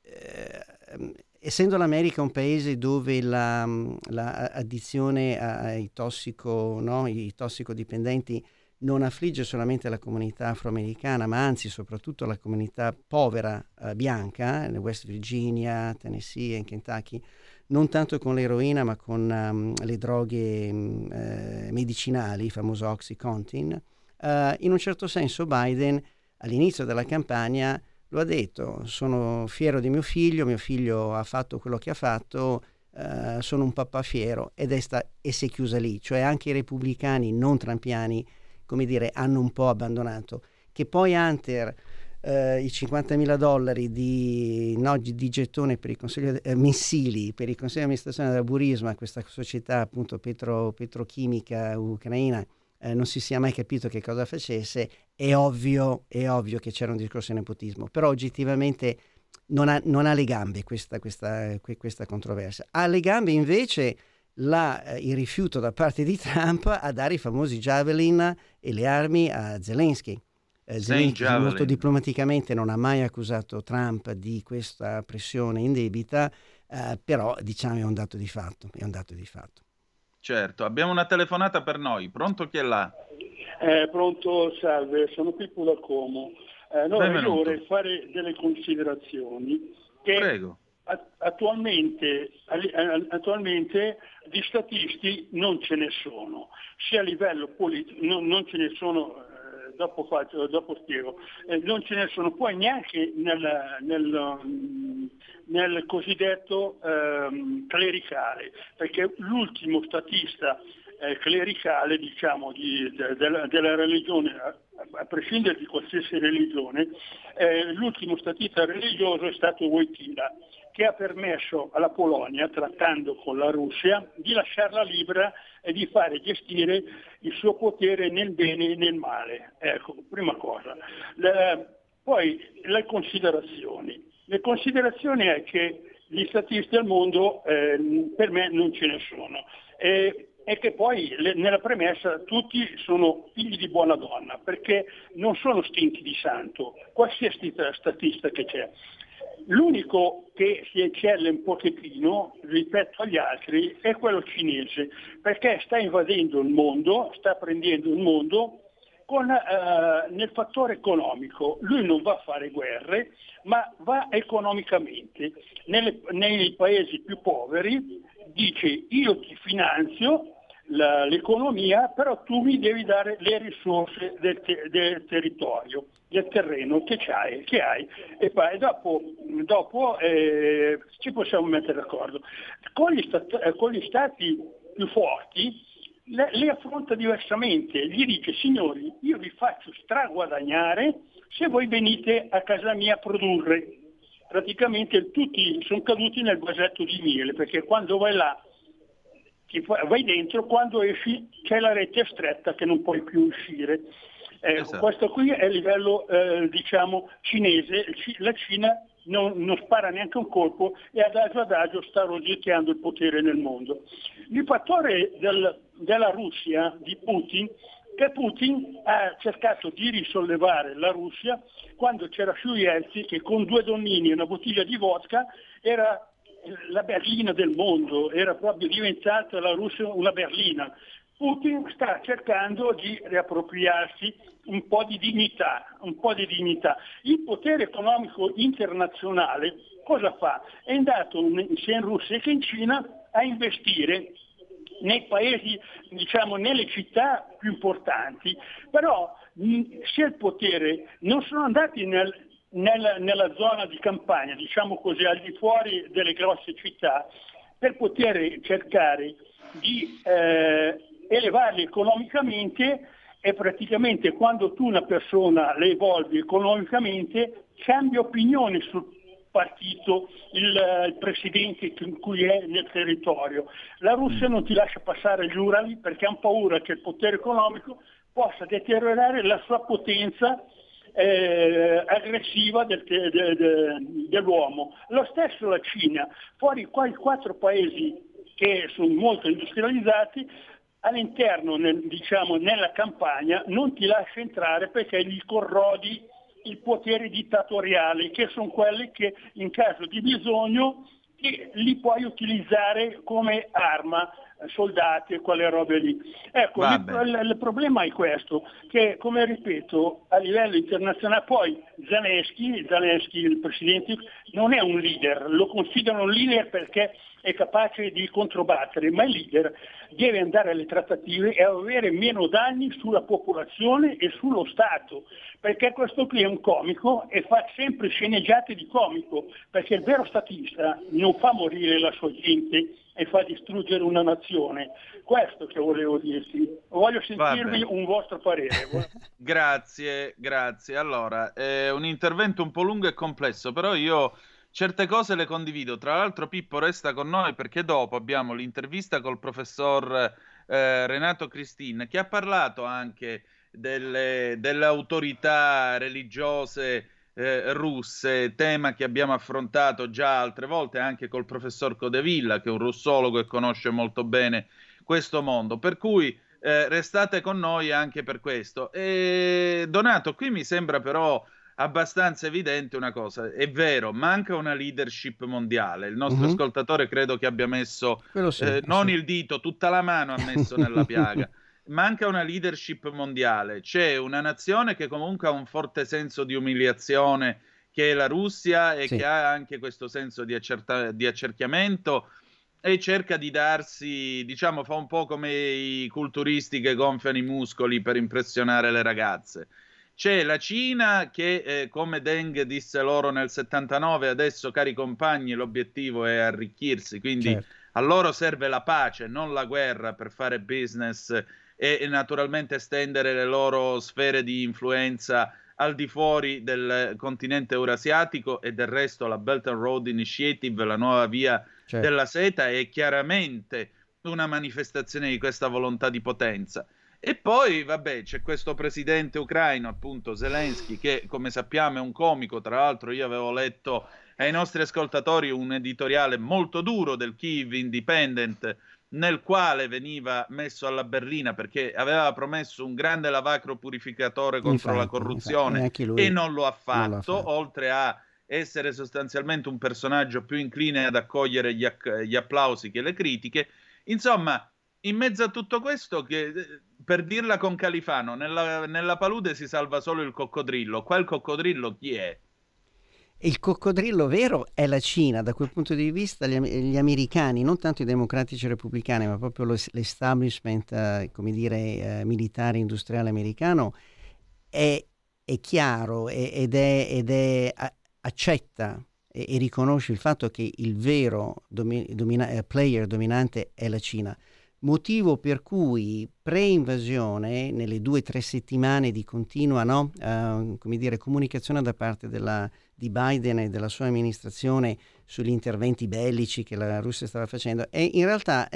essendo l'America un paese dove la addizione ai i tossicodipendenti non affligge solamente la comunità afroamericana, ma anzi soprattutto la comunità povera bianca nel West Virginia, Tennessee e in Kentucky, non tanto con l'eroina ma con le droghe medicinali, il famoso OxyContin. In un certo senso Biden all'inizio della campagna lo ha detto: sono fiero di mio figlio ha fatto quello che ha fatto, sono un papà fiero, e si è chiusa lì. Cioè anche i repubblicani non trumpiani, come dire, hanno un po' abbandonato. Che poi Hunter i $50.000 di gettone per il consiglio mensili per il consiglio di amministrazione della Burisma, questa società appunto petrochimica ucraina, non si sia mai capito che cosa facesse. È ovvio che c'era un discorso di nepotismo, però oggettivamente non ha le gambe questa controversia. Ha le gambe invece il rifiuto da parte di Trump a dare i famosi Javelin e le armi a Zelensky. Zelensky molto diplomaticamente non ha mai accusato Trump di questa pressione indebita, però diciamo è un dato di fatto. Certo, abbiamo una telefonata per noi. Pronto, chi è là? Pronto, salve, sono Pippo da Como. Io vorrei fare delle considerazioni. Prego. Attualmente di statisti non ce ne sono, sia a livello politico, non ce ne sono, dopo spiego, non ce ne sono poi neanche nel cosiddetto clericale, perché l'ultimo statista clericale, diciamo, della religione, a prescindere di qualsiasi religione, l'ultimo statista religioso è stato Wojtyla, che ha permesso alla Polonia, trattando con la Russia, di lasciarla libera e di fare gestire il suo potere nel bene e nel male. Ecco, prima cosa. Poi le considerazioni. Le considerazioni è che gli statisti al mondo per me non ce ne sono. E che poi nella premessa tutti sono figli di buona donna, perché non sono stinchi di santo, qualsiasi statista che c'è. L'unico che si eccelle un pochettino rispetto agli altri è quello cinese, perché sta invadendo il mondo, sta prendendo il mondo nel fattore economico. Lui non va a fare guerre, ma va economicamente. Nei paesi più poveri dice: io ti finanzio, l'economia, però tu mi devi dare le risorse del territorio, del terreno che hai, e poi dopo ci possiamo mettere d'accordo. Con gli stati più forti le affronta diversamente, gli dice: signori, io vi faccio straguadagnare se voi venite a casa mia a produrre. Praticamente tutti sono caduti nel vasetto di miele, perché quando vai là vai dentro, quando esci c'è la rete stretta che non puoi più uscire. Esatto. Questo qui è il livello cinese. La Cina non spara neanche un colpo e adagio sta rosicchiando il potere nel mondo. Il fattore della Russia, di Putin, che Putin ha cercato di risollevare la Russia quando c'era Shuielzi, che con 2 donnini e una bottiglia di vodka era la Berlina del mondo, era proprio diventata la Russia una Berlina. Putin sta cercando di riappropriarsi un po' di dignità. Il potere economico internazionale cosa fa? È andato sia in Russia che in Cina a investire nei paesi, nelle città più importanti, però sia il potere non sono andati nella zona di campagna, così, al di fuori delle grosse città, per poter cercare di elevarli economicamente, e praticamente quando tu una persona le evolvi economicamente cambia opinione sul partito, il presidente in cui è nel territorio. La Russia non ti lascia passare gli Urali perché ha paura che il potere economico possa deteriorare la sua potenza aggressiva dell'uomo. Lo stesso la Cina, fuori qua i 4 paesi che sono molto industrializzati, all'interno nella campagna non ti lascia entrare perché gli corrodi il potere dittatoriale, che sono quelli che in caso di bisogno li puoi utilizzare come arma, soldati e quelle robe lì. Ecco, il problema è questo, che come ripeto a livello internazionale, poi Zelensky, il presidente, non è un leader, lo considerano un leader perché è capace di controbattere, ma il leader deve andare alle trattative e avere meno danni sulla popolazione e sullo Stato, perché questo qui è un comico e fa sempre sceneggiate di comico, perché il vero statista non fa morire la sua gente e fa distruggere una nazione. Questo che volevo dirti. Voglio sentirvi un vostro parere. Grazie. Allora, è un intervento un po' lungo e complesso, però io certe cose le condivido. Tra l'altro Pippo resta con noi perché dopo abbiamo l'intervista col professor Renato Cristin, che ha parlato anche delle autorità religiose russe, tema che abbiamo affrontato già altre volte anche col professor Codevilla, che è un russologo e conosce molto bene questo mondo, per cui restate con noi anche per questo. E Donato, qui mi sembra però abbastanza evidente una cosa: è vero, manca una leadership mondiale. Il nostro ascoltatore credo che abbia messo non il dito, tutta la mano ha messo nella piaga. Manca una leadership mondiale, c'è una nazione che comunque ha un forte senso di umiliazione, che è la Russia, e che ha anche questo senso di accerchiamento e cerca di darsi, fa un po' come i culturisti che gonfiano i muscoli per impressionare le ragazze. C'è la Cina che, come Deng disse loro nel 79, adesso cari compagni l'obiettivo è arricchirsi, quindi a loro serve la pace, non la guerra, per fare business e naturalmente estendere le loro sfere di influenza al di fuori del continente eurasiatico. E del resto la Belt and Road Initiative, la nuova via della seta, è chiaramente una manifestazione di questa volontà di potenza. E poi c'è questo presidente ucraino, appunto Zelensky, che come sappiamo è un comico. Tra l'altro io avevo letto ai nostri ascoltatori un editoriale molto duro del Kyiv Independent, nel quale veniva messo alla berlina perché aveva promesso un grande lavacro purificatore contro la corruzione, e non lo ha fatto, oltre a essere sostanzialmente un personaggio più incline ad accogliere gli applausi che le critiche. Insomma, in mezzo a tutto questo, che per dirla con Califano, nella palude si salva solo il coccodrillo. Qua il coccodrillo chi è? Il coccodrillo vero è la Cina. Da quel punto di vista gli americani, non tanto i democratici repubblicani, ma proprio l'establishment militare industriale americano è chiaro ed accetta e riconosce il fatto che il vero player dominante è la Cina. Motivo per cui pre-invasione, nelle 2 o 3 settimane di continua comunicazione da parte di Biden e della sua amministrazione sugli interventi bellici che la Russia stava facendo, e in realtà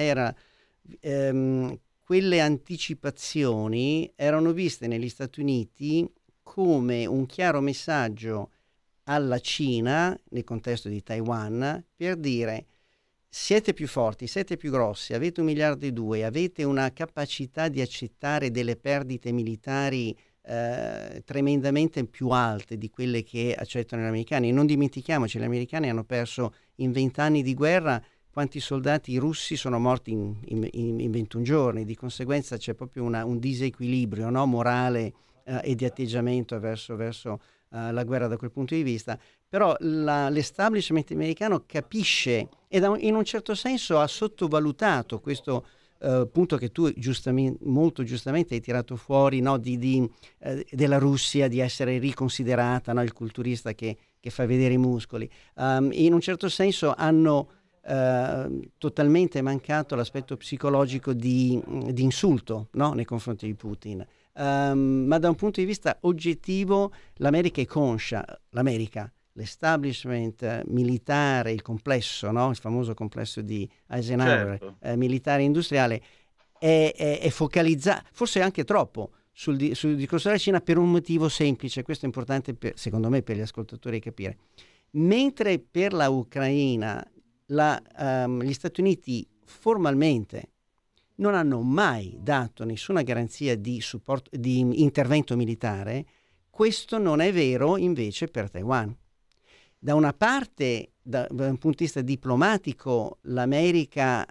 quelle anticipazioni erano viste negli Stati Uniti come un chiaro messaggio alla Cina, nel contesto di Taiwan, per dire: siete più forti, siete più grossi, avete 1,2 miliardi, avete una capacità di accettare delle perdite militari tremendamente più alte di quelle che accettano gli americani. Non dimentichiamoci, gli americani hanno perso in 20 anni di guerra quanti soldati russi sono morti in 21 giorni, di conseguenza c'è proprio un disequilibrio, no, morale e di atteggiamento verso la guerra da quel punto di vista. Però l'establishment americano capisce ed in un certo senso ha sottovalutato questo punto che tu molto giustamente hai tirato fuori, no, della Russia, di essere riconsiderata, no, il culturista che fa vedere i muscoli. In un certo senso hanno totalmente mancato l'aspetto psicologico di insulto, no, nei confronti di Putin. Ma da un punto di vista oggettivo l'America è conscia, l'establishment militare, il complesso, no? Il famoso complesso di Eisenhower, certo, militare industriale, è focalizzato, forse anche troppo, sul discorso della Cina, per un motivo semplice. Questo è importante secondo me per gli ascoltatori capire. Mentre per la Ucraina gli Stati Uniti formalmente non hanno mai dato nessuna garanzia di supporto, di intervento militare, questo non è vero invece per Taiwan. Da una parte, da un punto di vista diplomatico, l'America,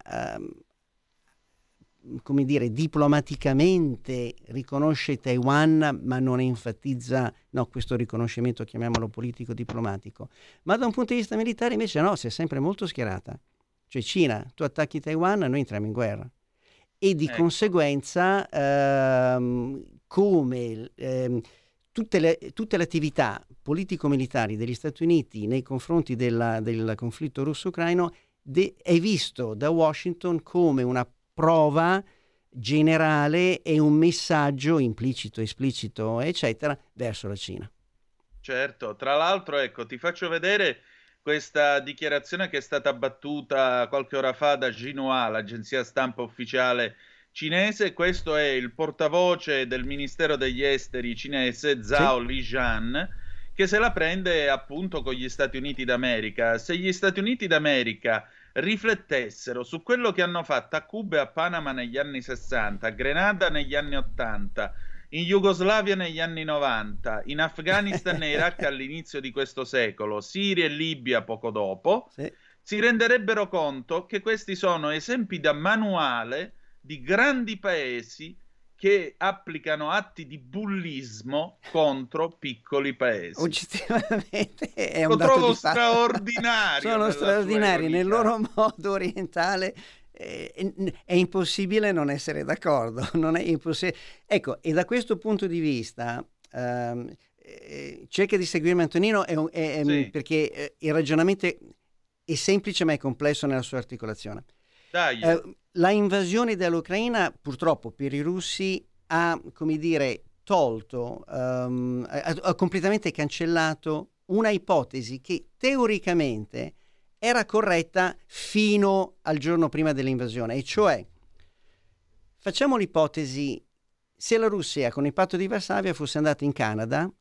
diplomaticamente riconosce Taiwan, ma non enfatizza, no, questo riconoscimento, chiamiamolo politico-diplomatico. Ma da un punto di vista militare invece no, si è sempre molto schierata. Cioè Cina, tu attacchi Taiwan, noi entriamo in guerra. E di conseguenza tutte le attività politico-militari degli Stati Uniti nei confronti del conflitto russo-ucraino è visto da Washington come una prova generale e un messaggio implicito, esplicito, eccetera, verso la Cina. Certo, tra l'altro, ecco, ti faccio vedere questa dichiarazione che è stata battuta qualche ora fa da Xinhua, l'agenzia stampa ufficiale cinese. Questo è il portavoce del Ministero degli Esteri cinese, Zhao Lijian, che se la prende appunto con gli Stati Uniti d'America. Se gli Stati Uniti d'America riflettessero su quello che hanno fatto a Cuba e a Panama negli anni 60, a Grenada negli anni 80, in Jugoslavia negli anni 90, in Afghanistan e Iraq all'inizio di questo secolo, Siria e Libia poco dopo, si renderebbero conto che questi sono esempi da manuale di grandi paesi che applicano atti di bullismo contro piccoli paesi. Oggettivamente è un Lo dato trovo di fatto. straordinario. Sono straordinari nel loro modo orientale. È impossibile non essere d'accordo, non è impossibile. Ecco, e da questo punto di vista cerca di seguirmi Antonino, perché il ragionamento è semplice ma è complesso nella sua articolazione. Dai. La invasione dell'Ucraina purtroppo per i russi ha, tolto, ha completamente cancellato una ipotesi che teoricamente era corretta fino al giorno prima dell'invasione, e cioè facciamo l'ipotesi se la Russia con il patto di Varsavia fosse andata in Canada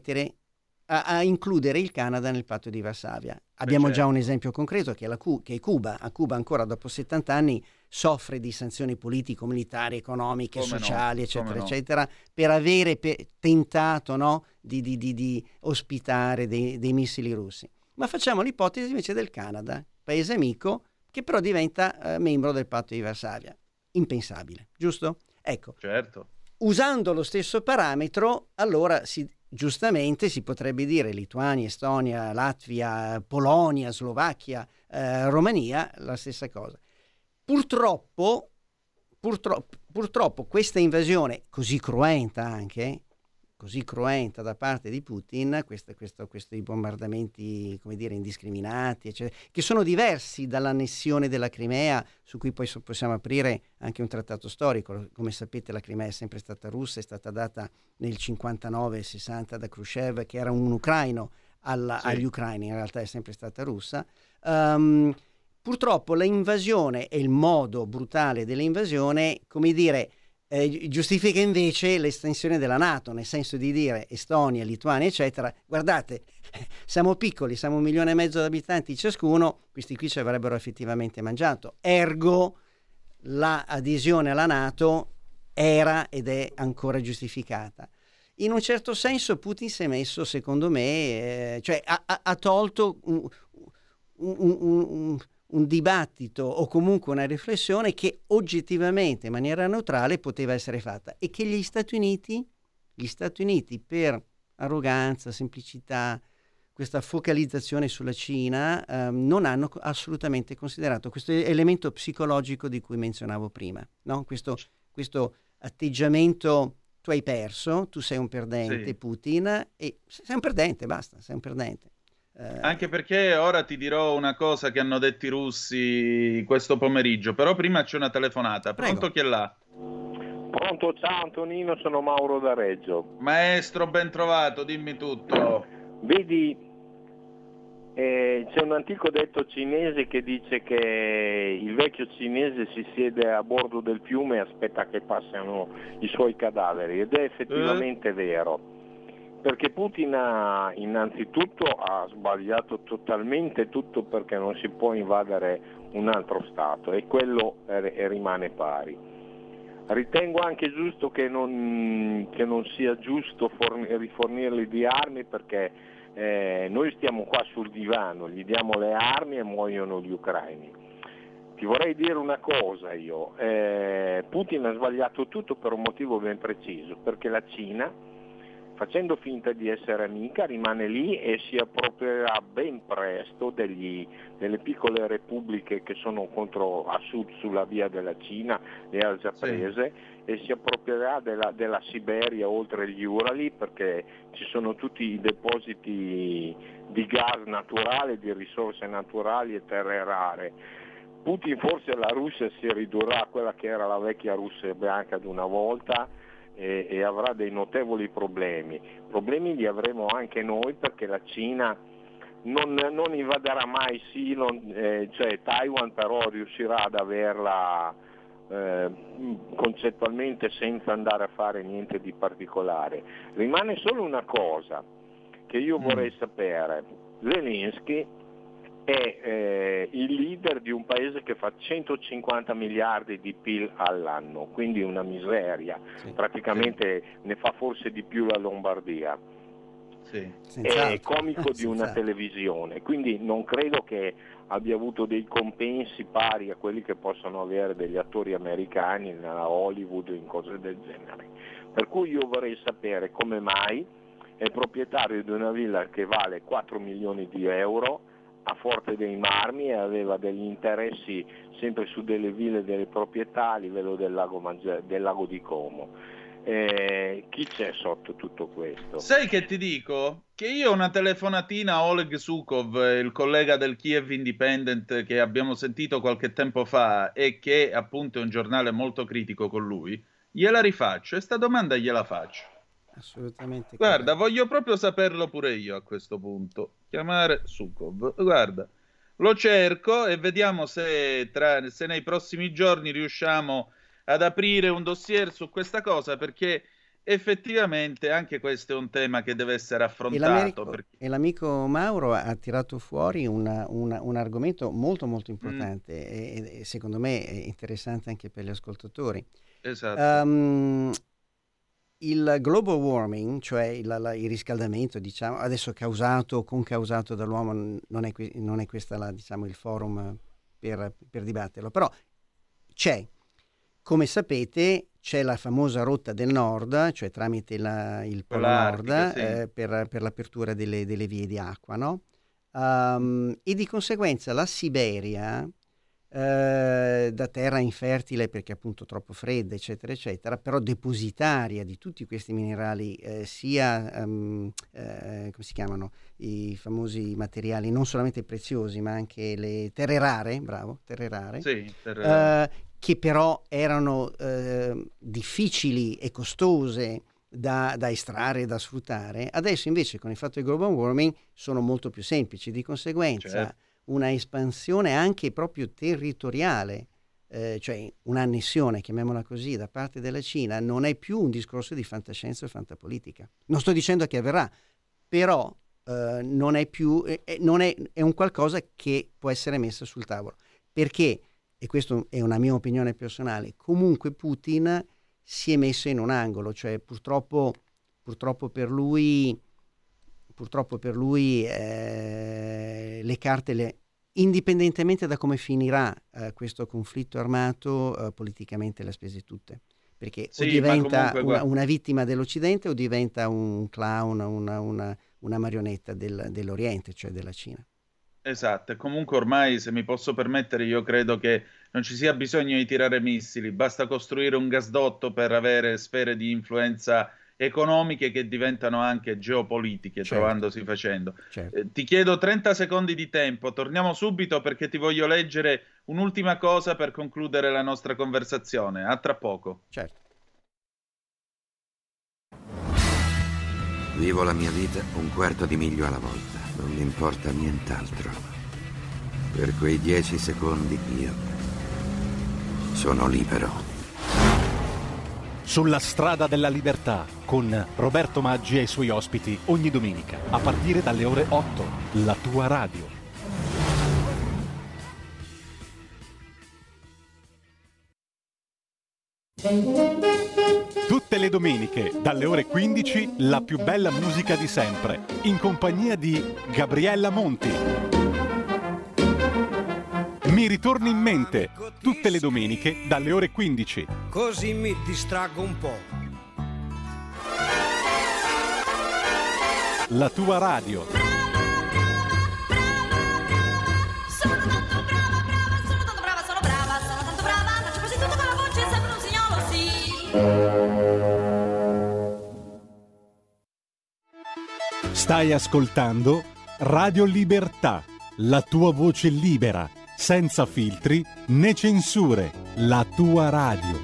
a includere il Canada nel patto di Varsavia. Abbiamo già un esempio concreto che è Cuba. A Cuba ancora dopo 70 anni soffre di sanzioni politico-militari, economiche, sociali, eccetera, eccetera, per avere tentato, no, di ospitare dei missili russi. Ma facciamo l'ipotesi invece del Canada, paese amico, che però diventa membro del patto di Varsavia. Impensabile, giusto? Ecco. Certo. Usando lo stesso parametro, allora giustamente si potrebbe dire Lituania, Estonia, Latvia, Polonia, Slovacchia, Romania, la stessa cosa. Purtroppo questa invasione così cruenta anche, così cruenta da parte di Putin, questi bombardamenti, come dire, indiscriminati, eccetera, che sono diversi dall'annessione della Crimea, su cui poi possiamo aprire anche un trattato storico. Come sapete, la Crimea è sempre stata russa, è stata data nel 59-60 da Khrushchev, che era un ucraino agli ucraini, in realtà è sempre stata russa. Purtroppo l'invasione e il modo brutale dell'invasione, come dire, giustifica invece l'estensione della NATO, nel senso di dire Estonia, Lituania, eccetera, guardate, siamo piccoli, siamo 1,5 milioni di abitanti ciascuno, questi qui ci avrebbero effettivamente mangiato. Ergo, l'adesione alla NATO era ed è ancora giustificata. In un certo senso Putin si è messo, secondo me, cioè ha tolto un dibattito o comunque una riflessione che oggettivamente in maniera neutrale poteva essere fatta, e che gli Stati Uniti per arroganza, semplicità, questa focalizzazione sulla Cina, non hanno assolutamente considerato questo elemento psicologico di cui menzionavo prima, no? Questo atteggiamento: tu hai perso, tu sei un perdente, sì. Putin, e sei un perdente, basta, sei un perdente. Anche perché ora ti dirò una cosa che hanno detto i russi questo pomeriggio, però prima c'è una telefonata. Pronto? Prego. Chi è là? Pronto, ciao Antonino, sono Mauro da Reggio. Maestro, ben trovato, dimmi tutto. Vedi, c'è un antico detto cinese che dice che il vecchio cinese si siede a bordo del fiume e aspetta che passino i suoi cadaveri, ed è effettivamente vero. Perché Putin innanzitutto ha sbagliato totalmente tutto, perché non si può invadere un altro Stato, e quello rimane pari. Ritengo anche giusto che non sia giusto rifornirli di armi, perché noi stiamo qua sul divano, gli diamo le armi e muoiono gli ucraini. Ti vorrei dire una cosa io, Putin ha sbagliato tutto per un motivo ben preciso, perché la Cina, facendo finta di essere amica, rimane lì e si approprierà ben presto delle piccole repubbliche che sono a sud sulla via della Cina, le ha già prese, sì. E si approprierà della Siberia oltre gli Urali, perché ci sono tutti i depositi di gas naturale, di risorse naturali e terre rare. Putin, forse la Russia si ridurrà a quella che era la vecchia Russia bianca di una volta, e avrà dei notevoli problemi li avremo anche noi, perché la Cina non invaderà mai cioè Taiwan, però riuscirà ad averla concettualmente senza andare a fare niente di particolare. Rimane solo una cosa che io vorrei sapere: Zelensky è il leader di un paese che fa 150 miliardi di PIL all'anno, quindi una miseria, sì. Praticamente sì. Ne fa forse di più la Lombardia, sì. È comico di una televisione, quindi non credo che abbia avuto dei compensi pari a quelli che possono avere degli attori americani nella Hollywood o in cose del genere, per cui io vorrei sapere come mai è proprietario di una villa che vale 4 milioni di euro a Forte dei Marmi, e aveva degli interessi sempre su delle ville, delle proprietà a livello del lago di Como. Chi c'è sotto tutto questo? Sai che ti dico? Che io ho una telefonatina a Oleg Sukhov, il collega del Kiev Independent che abbiamo sentito qualche tempo fa e che appunto è un giornale molto critico con lui, gliela rifaccio e sta domanda gliela faccio. Assolutamente. Guarda, voglio proprio saperlo pure io a questo punto. Chiamare Sukhov. Guarda, lo cerco e vediamo se nei prossimi giorni riusciamo ad aprire un dossier su questa cosa, perché effettivamente anche questo è un tema che deve essere affrontato. E l'amico Mauro ha tirato fuori un argomento molto molto importante e secondo me è interessante anche per gli ascoltatori. Esatto. Il global warming, cioè il riscaldamento, diciamo, adesso causato o concausato dall'uomo, non è questa il forum per dibatterlo, però c'è. Come sapete, c'è la famosa rotta del nord, cioè tramite il Polo Nord, sì. per l'apertura delle vie di acqua, no? E di conseguenza la Siberia, da terra infertile perché appunto troppo fredda, eccetera, eccetera, però depositaria di tutti questi minerali, sia, come si chiamano, i famosi materiali non solamente preziosi, ma anche le terre rare, bravo, terre rare, Sì, che però erano difficili e costose da estrarre e da sfruttare. Adesso invece con il fatto del global warming sono molto più semplici, di conseguenza certo. una espansione anche proprio territoriale, cioè un'annessione, chiamiamola così, da parte della Cina, non è più un discorso di fantascienza o fantapolitica. Non sto dicendo che avverrà, però non è più, è un qualcosa che può essere messo sul tavolo. Perché, e questa è una mia opinione personale, comunque Putin si è messo in un angolo, cioè purtroppo per lui le carte, indipendentemente da come finirà questo conflitto armato, politicamente le ha spese tutte. Perché Sì, o diventa comunque, una vittima dell'Occidente o diventa un clown, una marionetta dell'Oriente, cioè della Cina. esatto, e comunque ormai, se mi posso permettere, io credo che non ci sia bisogno di tirare missili, basta costruire un gasdotto per avere sfere di influenza economiche che diventano anche geopolitiche, Certo, trovandosi facendo. certo. Ti chiedo 30 secondi di tempo, torniamo subito perché ti voglio leggere un'ultima cosa per concludere la nostra conversazione. A tra poco. Certo. Vivo la mia vita un quarto di miglio alla volta, non mi importa nient'altro. Per quei 10 secondi io sono libero. Sulla strada della libertà con Roberto Maggi e i suoi ospiti ogni domenica a partire dalle ore 8, la tua radio. Tutte le domeniche dalle ore 15 la più bella musica di sempre in compagnia di Gabriella Monti. Mi ritorni in mente tutte le domeniche dalle ore 15. Così mi distraggo un po'. La tua radio. Sono tanto brava, faccio quasi tutto con la voce, sembra un signolo, sì. Stai ascoltando Radio Libertà, la tua voce libera, senza filtri né censure, la tua radio.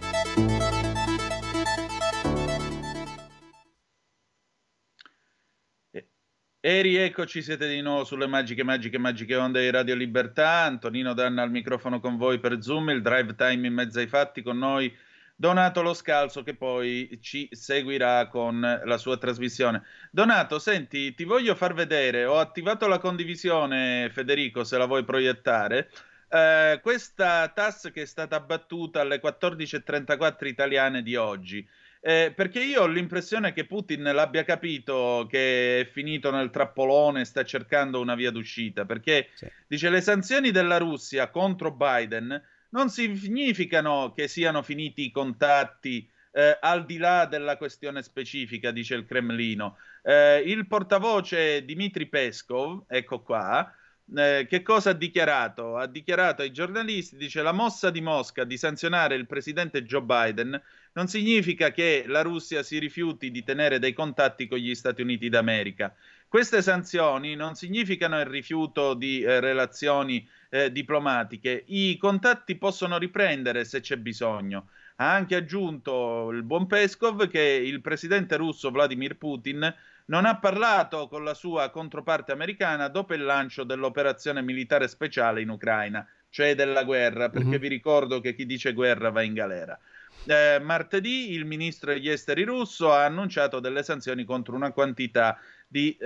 E rieccoci, siete di nuovo sulle magiche onde di Radio Libertà. Antonino Danna al microfono con voi per Zoom, il drive time in mezzo ai fatti, con noi Donato Lo Scalzo che poi ci seguirà con la sua trasmissione. Donato, senti, ti voglio far vedere, ho attivato la condivisione, Federico, se la vuoi proiettare, questa TAS che è stata battuta alle 14.34 italiane di oggi. Perché io ho l'impressione che Putin l'abbia capito che è finito nel trappolone e sta cercando una via d'uscita, perché dice le sanzioni della Russia contro Biden non significano che siano finiti i contatti al di là della questione specifica, dice il Cremlino. Il portavoce Dmitry Peskov, ecco qua, che cosa ha dichiarato? Ha dichiarato ai giornalisti, dice la mossa di Mosca di sanzionare il presidente Joe Biden non significa che la Russia si rifiuti di tenere dei contatti con gli Stati Uniti d'America. Queste sanzioni non significano il rifiuto di relazioni diplomatiche. I contatti possono riprendere se c'è bisogno. Ha anche aggiunto il buon Peskov che il presidente russo Vladimir Putin non ha parlato con la sua controparte americana dopo il lancio dell'operazione militare speciale in Ucraina, cioè della guerra, perché vi ricordo che chi dice guerra va in galera. Martedì il ministro degli esteri russo ha annunciato delle sanzioni contro una quantità di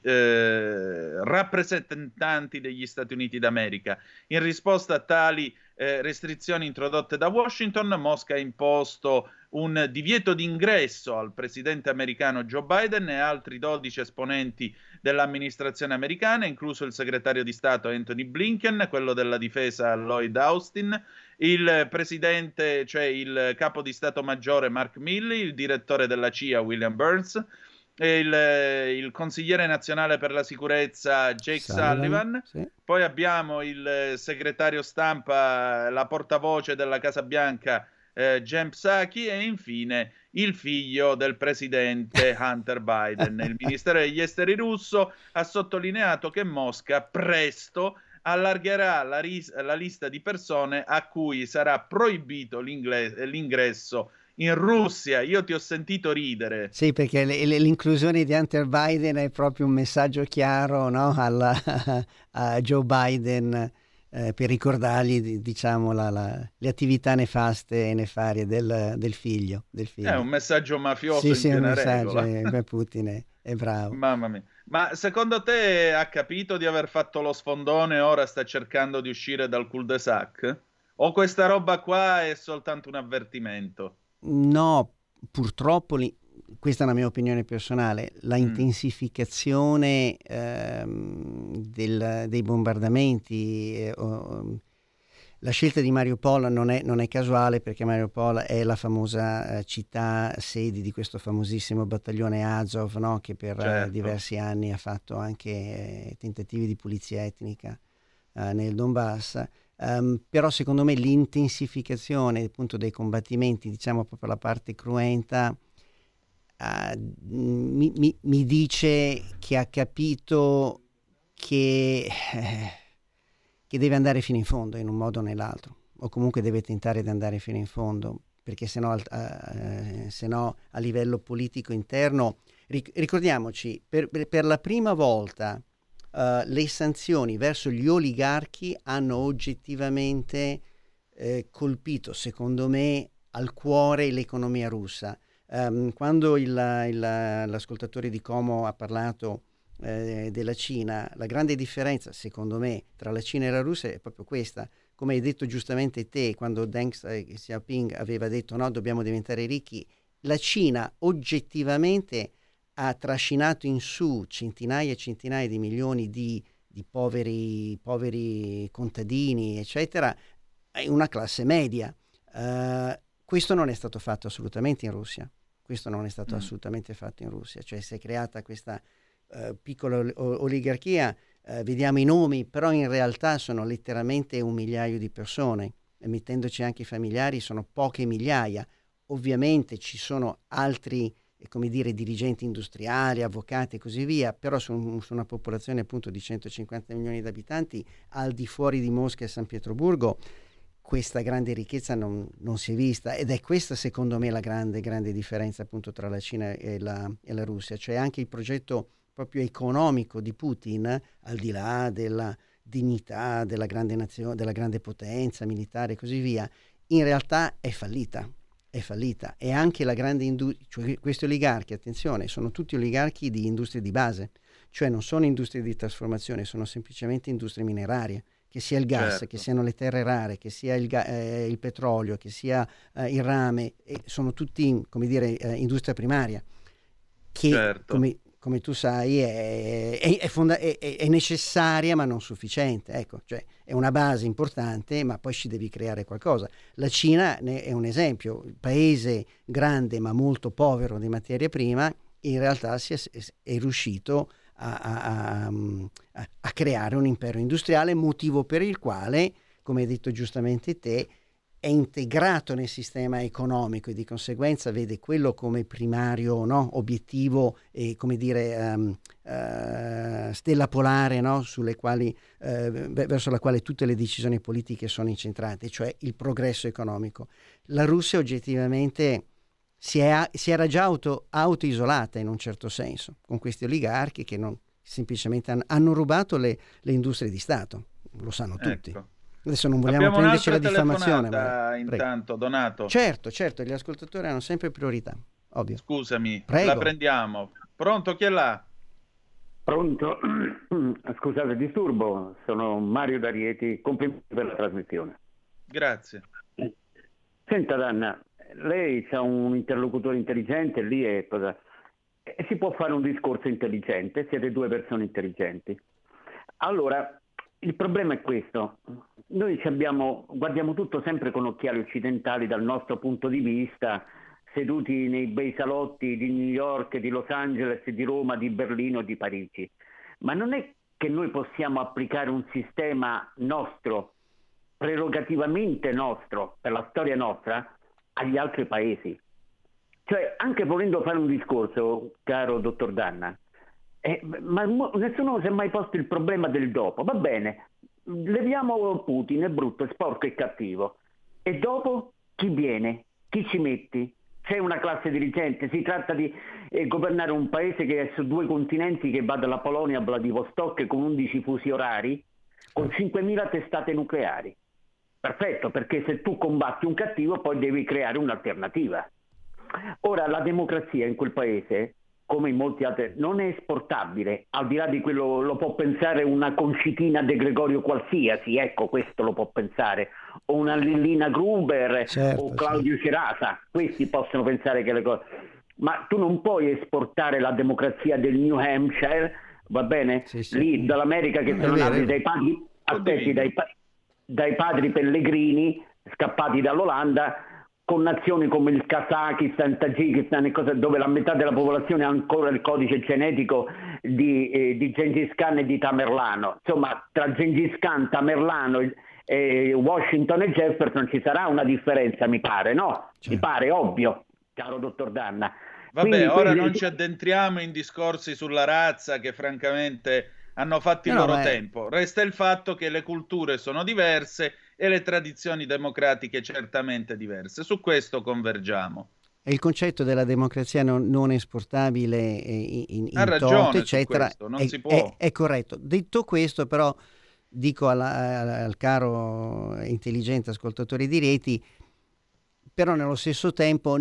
rappresentanti degli Stati Uniti d'America. In risposta a tali restrizioni introdotte da Washington. Mosca ha imposto un divieto d'ingresso al presidente americano Joe Biden e altri 12 esponenti dell'amministrazione americana, incluso il segretario di Stato Anthony Blinken, quello della difesa Lloyd Austin, il presidente, cioè il capo di Stato Maggiore Mark Milley, il direttore della CIA William Burns, il consigliere nazionale per la sicurezza Jake Sullivan, sì. Poi abbiamo il segretario stampa, la portavoce della Casa Bianca Jen Psaki, e infine il figlio del presidente Hunter Biden. Il Ministero degli Esteri russo ha sottolineato che Mosca presto allargherà la lista di persone a cui sarà proibito l'ingresso in Russia. Io ti ho sentito ridere. Sì, perché l'inclusione di Hunter Biden è proprio un messaggio chiaro, no? A Joe Biden, per ricordargli, diciamo, le attività nefaste e nefarie del figlio. È un messaggio mafioso, sì, in sì, piena un messaggio, regola. Putin è bravo. Mamma mia. Ma secondo te ha capito di aver fatto lo sfondone e ora sta cercando di uscire dal cul-de-sac? O questa roba qua è soltanto un avvertimento? No, purtroppo questa è una mia opinione personale, la intensificazione dei bombardamenti, la scelta di Mariupol non è casuale, perché Mariupol è la famosa città sede di questo famosissimo battaglione Azov, no? Che per diversi anni ha fatto anche tentativi di pulizia etnica nel Donbass. Però secondo me l'intensificazione appunto dei combattimenti, diciamo proprio la parte cruenta, mi dice che ha capito che deve andare fino in fondo in un modo o nell'altro, o comunque deve tentare di andare fino in fondo, perché se no a livello politico interno, ricordiamoci, per la prima volta le sanzioni verso gli oligarchi hanno oggettivamente colpito, secondo me, al cuore l'economia russa. Quando l'ascoltatore di Como ha parlato della Cina, la grande differenza, secondo me, tra la Cina e la Russia è proprio questa. Come hai detto giustamente te, quando Deng Xiaoping aveva detto no, dobbiamo diventare ricchi, la Cina oggettivamente ha trascinato in su centinaia e centinaia di milioni di poveri contadini, eccetera, in una classe media. Questo non è stato fatto assolutamente in Russia. Questo non è stato assolutamente fatto in Russia. Cioè si è creata questa piccola oligarchia, vediamo i nomi, però in realtà sono letteralmente 1 migliaio di persone, e mettendoci anche i familiari sono poche migliaia. Ovviamente ci sono altri, come dire, dirigenti industriali, avvocati e così via, però su una popolazione appunto di 150 milioni di abitanti, al di fuori di Mosca e San Pietroburgo, questa grande ricchezza non si è vista, ed è questa secondo me la grande differenza appunto tra la Cina e la Russia. Cioè anche il progetto proprio economico di Putin, al di là della dignità della grande nazione, della grande potenza militare e così via, in realtà è fallita. E anche la grande industria, cioè questi oligarchi, attenzione, sono tutti oligarchi di industrie di base, cioè non sono industrie di trasformazione, sono semplicemente industrie minerarie, che sia il gas, che siano le terre rare, che sia il petrolio, che sia il rame, sono tutti, come dire, industria primaria, che come tu sai è necessaria ma non sufficiente. Ecco, cioè è una base importante, ma poi ci devi creare qualcosa. La Cina ne è un esempio, il paese grande ma molto povero di materia prima, in realtà è riuscito a creare un impero industriale, motivo per il quale, come hai detto giustamente te, è integrato nel sistema economico e di conseguenza vede quello come primario, no, obiettivo e, come dire, stella polare, no, sulle quali, verso la quale tutte le decisioni politiche sono incentrate, cioè il progresso economico. La Russia oggettivamente si era già auto-isolata in un certo senso, con questi oligarchi che semplicemente hanno rubato le industrie di Stato, lo sanno tutti. Ecco. Adesso non vogliamo prenderci la diffamazione. Intanto, Donato. Certo, gli ascoltatori hanno sempre priorità, ovvio. Scusami, prego. La prendiamo. Pronto, chi è là? Pronto? Scusate, disturbo, sono Mario D'Arieti, complimenti per la trasmissione. Grazie. Senta Danna, lei ha un interlocutore intelligente lì e si può fare un discorso intelligente, siete due persone intelligenti. Allora, il problema è questo: noi guardiamo tutto sempre con occhiali occidentali dal nostro punto di vista, seduti nei bei salotti di New York, di Los Angeles, di Roma, di Berlino, di Parigi. Ma non è che noi possiamo applicare un sistema nostro, prerogativamente nostro, per la storia nostra, agli altri paesi. Cioè, anche volendo fare un discorso, caro dottor Danna, ma nessuno si è mai posto il problema del dopo. Va bene, leviamo Putin, è brutto, è sporco e cattivo. E dopo chi viene? Chi ci metti? C'è una classe dirigente? Si tratta di governare un paese che è su 2 continenti, che va dalla Polonia a Vladivostok con 11 fusi orari, con 5.000 testate nucleari. Perfetto, perché se tu combatti un cattivo poi devi creare un'alternativa. Ora, la democrazia in quel paese, come in molti altri, non è esportabile, al di là di quello lo può pensare una Concitina De Gregorio qualsiasi, ecco, questo lo può pensare, o una Lillina Gruber, certo, o Claudio Cerasa, questi possono pensare che le cose... Ma tu non puoi esportare la democrazia del New Hampshire, va bene? Sì. Lì dall'America, che sono nati dai padri, aspetti, dai padri pellegrini scappati dall'Olanda, con nazioni come il Kazakistan, il Tagikistan e cose, dove la metà della popolazione ha ancora il codice genetico di Gengis Khan e di Tamerlano. Insomma, tra Gengis Khan, Tamerlano, Washington e Jefferson ci sarà una differenza, mi pare, no? Certo. Mi pare ovvio, caro dottor Danna. Vabbè, ora non ci addentriamo in discorsi sulla razza che francamente hanno fatto il loro tempo. Resta il fatto che le culture sono diverse e le tradizioni democratiche certamente diverse. Su questo convergiamo. E il concetto della democrazia non esportabile in ha ragione, toto, eccetera, questo, non si può. È corretto. Detto questo, però, dico al caro intelligente ascoltatore di Rieti, però nello stesso tempo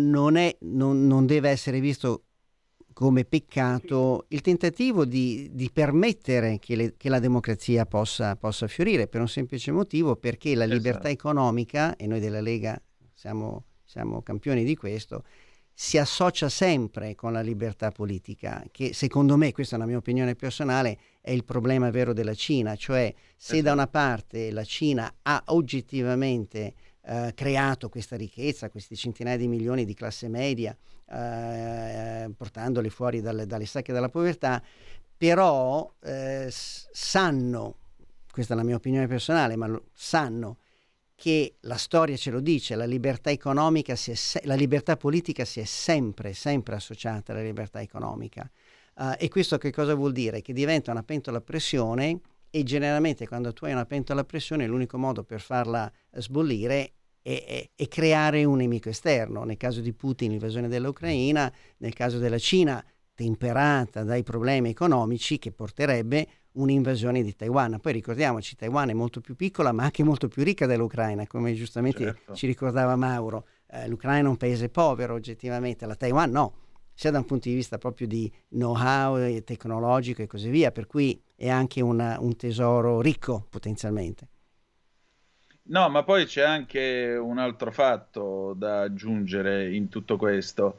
non deve essere visto come peccato il tentativo di permettere che la democrazia possa fiorire, per un semplice motivo, perché la libertà economica, e noi della Lega siamo campioni di questo, si associa sempre con la libertà politica, che secondo me, questa è una mia opinione personale, è il problema vero della Cina. Cioè, se da una parte la Cina ha oggettivamente creato questa ricchezza, questi centinaia di milioni di classe media, portandoli fuori dalle sacche della povertà, però sanno, questa è la mia opinione personale, ma sanno che la storia ce lo dice, la libertà economica la libertà politica si è sempre associata alla libertà economica. E questo che cosa vuol dire? Che diventa una pentola a pressione, e generalmente quando tu hai una pentola a pressione l'unico modo per farla sbollire è creare un nemico esterno. Nel caso di Putin l'invasione dell'Ucraina, nel caso della Cina temperata dai problemi economici che porterebbe un'invasione di Taiwan. Poi ricordiamoci, Taiwan è molto più piccola ma anche molto più ricca dell'Ucraina, come giustamente ci ricordava Mauro. L'Ucraina è un paese povero oggettivamente, la Taiwan no, sia da un punto di vista proprio di know-how tecnologico e così via, per cui è anche un tesoro ricco potenzialmente. No, ma poi c'è anche un altro fatto da aggiungere in tutto questo.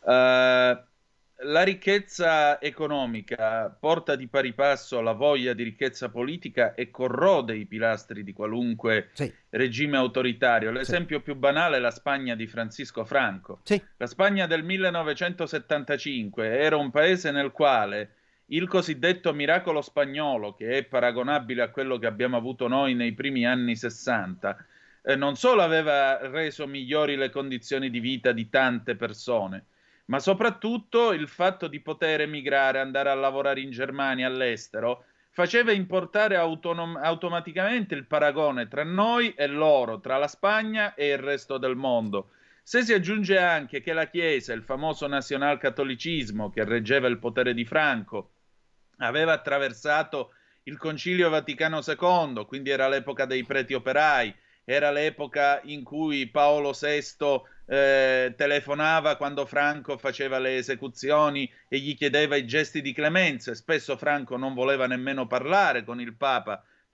La ricchezza economica porta di pari passo la voglia di ricchezza politica e corrode i pilastri di qualunque regime autoritario. L'esempio più banale è la Spagna di Francisco Franco. La Spagna del 1975 era un paese nel quale il cosiddetto miracolo spagnolo, che è paragonabile a quello che abbiamo avuto noi nei primi anni 60, non solo aveva reso migliori le condizioni di vita di tante persone, ma soprattutto il fatto di poter emigrare, andare a lavorare in Germania, all'estero, faceva importare automaticamente il paragone tra noi e loro, tra la Spagna e il resto del mondo. Se si aggiunge anche che la Chiesa, il famoso nazionalcattolicismo che reggeva il potere di Franco, aveva attraversato il Concilio Vaticano II, quindi era l'epoca dei preti operai, era l'epoca in cui Paolo VI telefonava quando Franco faceva le esecuzioni e gli chiedeva i gesti di clemenza. Spesso Franco non voleva nemmeno parlare con il Papa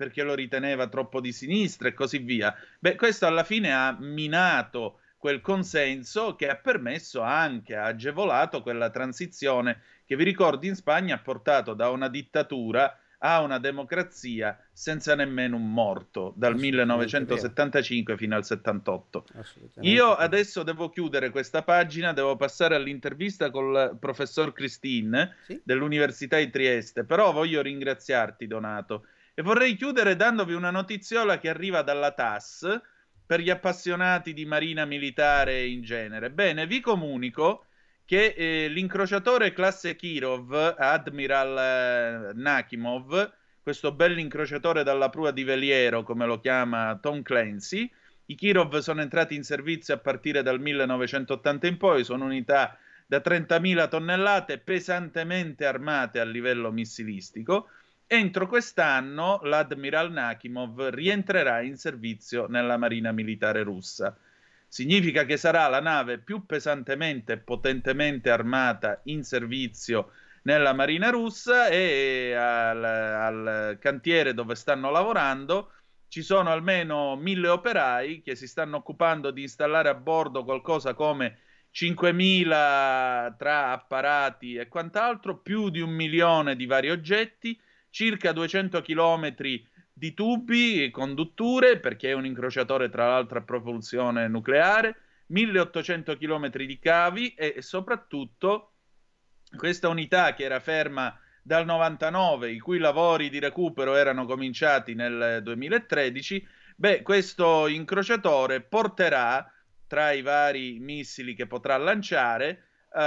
perché lo riteneva troppo di sinistra e così via. Beh, questo alla fine ha minato quel consenso che ha permesso anche, ha agevolato quella transizione che, vi ricordi, in Spagna ha portato da una dittatura a una democrazia senza nemmeno un morto, dal 1975 fino al 78. Io adesso devo chiudere questa pagina, devo passare all'intervista col professor Christine dell'Università di Trieste, però voglio ringraziarti, Donato, e vorrei chiudere dandovi una notiziola che arriva dalla TAS per gli appassionati di marina militare in genere. Bene, vi comunico che l'incrociatore classe Kirov, Admiral Nakhimov, questo bell'incrociatore dalla prua di veliero, come lo chiama Tom Clancy, i Kirov sono entrati in servizio a partire dal 1980 in poi, sono unità da 30.000 tonnellate, pesantemente armate a livello missilistico. Entro quest'anno l'Admiral Nakhimov rientrerà in servizio nella Marina Militare russa. Significa che sarà la nave più pesantemente e potentemente armata in servizio nella Marina russa, e al cantiere dove stanno lavorando ci sono almeno 1.000 operai che si stanno occupando di installare a bordo qualcosa come 5.000 tra apparati e quant'altro, più di 1 milione di vari oggetti, circa 200 chilometri di tubi, condutture, perché è un incrociatore tra l'altro a propulsione nucleare, 1.800 chilometri di cavi e soprattutto questa unità che era ferma dal 99, i cui lavori di recupero erano cominciati nel 2013, questo incrociatore porterà, tra i vari missili che potrà lanciare,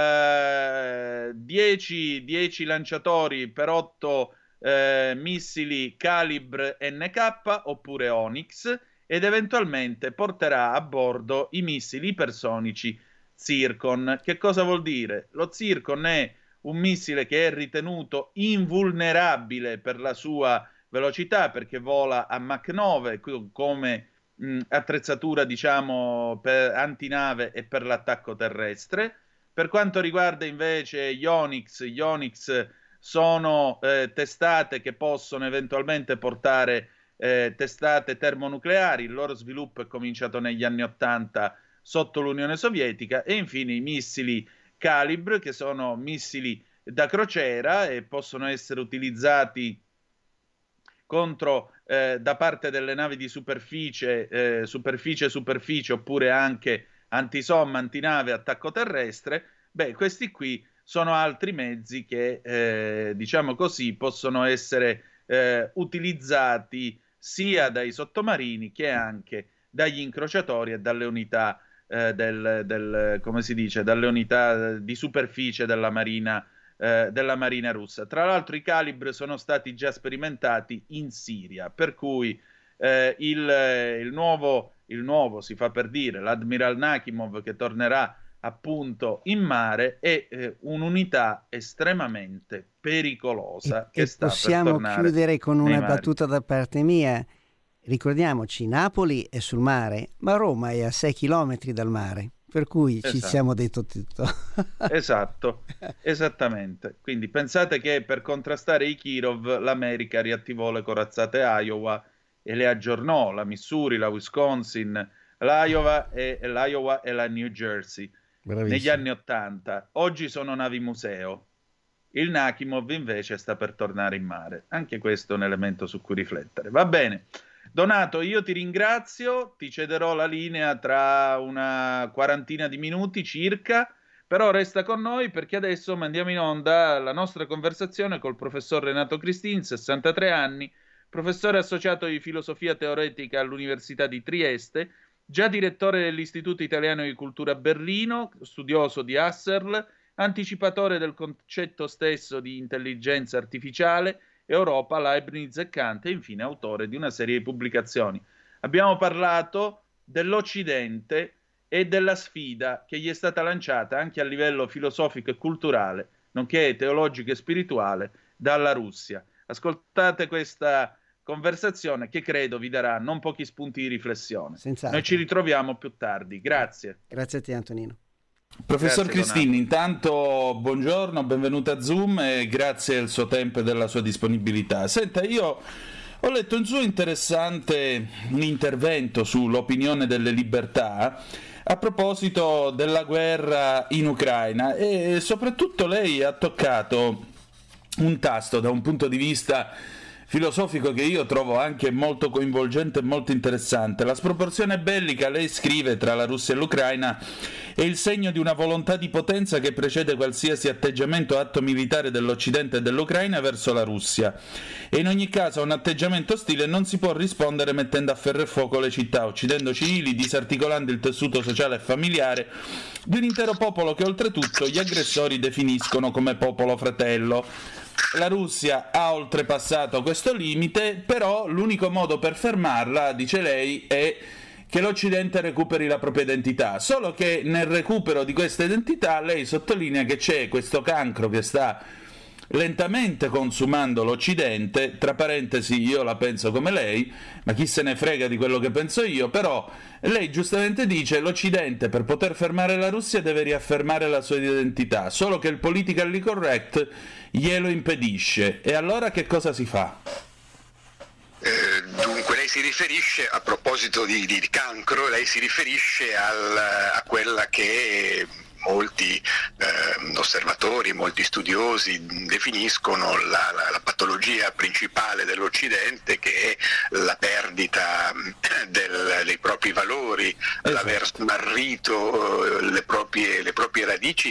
10 lanciatori per 8 missili Kalibr NK oppure Onyx, ed eventualmente porterà a bordo i missili ipersonici Zircon. Che cosa vuol dire? Lo Zircon è un missile che è ritenuto invulnerabile per la sua velocità, perché vola a Mach 9 come attrezzatura, diciamo, per antinave e per l'attacco terrestre. Per quanto riguarda invece gli Onyx sono testate che possono eventualmente portare testate termonucleari. Il loro sviluppo è cominciato negli anni 80 sotto l'Unione Sovietica. E infine i missili Kalibr, che sono missili da crociera e possono essere utilizzati contro da parte delle navi di superficie, oppure anche antisomma, antinave, attacco terrestre. Questi qui sono altri mezzi che, diciamo così, possono essere utilizzati sia dai sottomarini che anche dagli incrociatori e dalle unità come si dice, dalle unità di superficie della marina russa. Tra l'altro i Kalibr sono stati già sperimentati in Siria, per cui il nuovo, si fa per dire, l'Admiral Nakhimov, che tornerà appunto in mare, è un'unità estremamente pericolosa che sta possiamo per tornare chiudere con una mari. battuta da parte mia. Ricordiamoci, Napoli è sul mare, ma Roma è a 6 chilometri dal mare, per cui ci siamo detto tutto. Esatto, esattamente. Quindi pensate che per contrastare i Kirov l'America riattivò le corazzate Iowa e le aggiornò, la Missouri, la Wisconsin, l'Iowa e la New Jersey. Bravissimo. Negli anni 80. Oggi sono navi museo. Il Nakhimov invece sta per tornare in mare. Anche questo è un elemento su cui riflettere. Va bene. Donato, io ti ringrazio, ti cederò la linea tra una quarantina di minuti circa, però resta con noi perché adesso mandiamo in onda la nostra conversazione col professor Renato Cristin, 63 anni, professore associato di filosofia teoretica all'Università di Trieste, già direttore dell'Istituto Italiano di Cultura a Berlino, studioso di Husserl, anticipatore del concetto stesso di intelligenza artificiale, Europa, Leibniz e Kant, e infine autore di una serie di pubblicazioni. Abbiamo parlato dell'Occidente e della sfida che gli è stata lanciata anche a livello filosofico e culturale, nonché teologico e spirituale, dalla Russia. Ascoltate questa conversazione che credo vi darà non pochi spunti di riflessione. Noi ci ritroviamo più tardi. Grazie. Grazie a te, Antonino. Professor Cristin, intanto buongiorno, benvenuto a Zoom e grazie del suo tempo e della sua disponibilità. Senta, io Ho letto un suo interessante intervento sull'opinione delle libertà a proposito della guerra in Ucraina, e soprattutto lei ha toccato un tasto da un punto di vista filosofico che io trovo anche molto coinvolgente e molto interessante. La sproporzione bellica, lei scrive, tra la Russia e l'Ucraina è il segno di una volontà di potenza che precede qualsiasi atteggiamento o atto militare dell'Occidente e dell'Ucraina verso la Russia, e in ogni caso a un atteggiamento ostile non si può rispondere mettendo a ferro e fuoco le città, uccidendo civili, disarticolando il tessuto sociale e familiare di un intero popolo che oltretutto gli aggressori definiscono come popolo fratello. La Russia ha oltrepassato questo limite, però l'unico modo per fermarla, dice lei, è che l'Occidente recuperi la propria identità, solo che nel recupero di questa identità lei sottolinea che c'è questo cancro che sta lentamente consumando l'Occidente. Tra parentesi, io la penso come lei, ma chi se ne frega di quello che penso io, però lei giustamente dice l'Occidente per poter fermare la Russia deve riaffermare la sua identità, solo che il politically correct glielo impedisce. E allora che cosa si fa? Dunque lei si riferisce, a proposito di cancro, lei si riferisce a quella che molti osservatori, molti studiosi definiscono la patologia principale dell'Occidente, che è la perdita dei propri valori, l'aver smarrito le proprie radici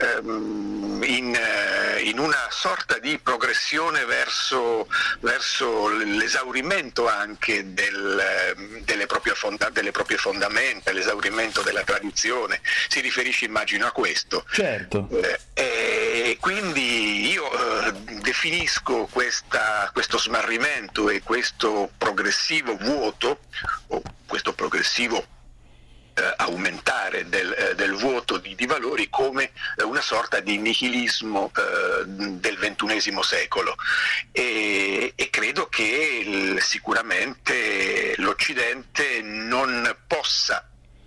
in una sorta di progressione verso l'esaurimento anche delle proprie fondamenta, l'esaurimento della tradizione. Si riferisce, immagino, a questo. Certo. Quindi io definisco questo smarrimento e questo progressivo vuoto, o questo progressivo aumentare del vuoto di valori, come una sorta di nichilismo del XXI secolo, e credo che sicuramente l'Occidente non possa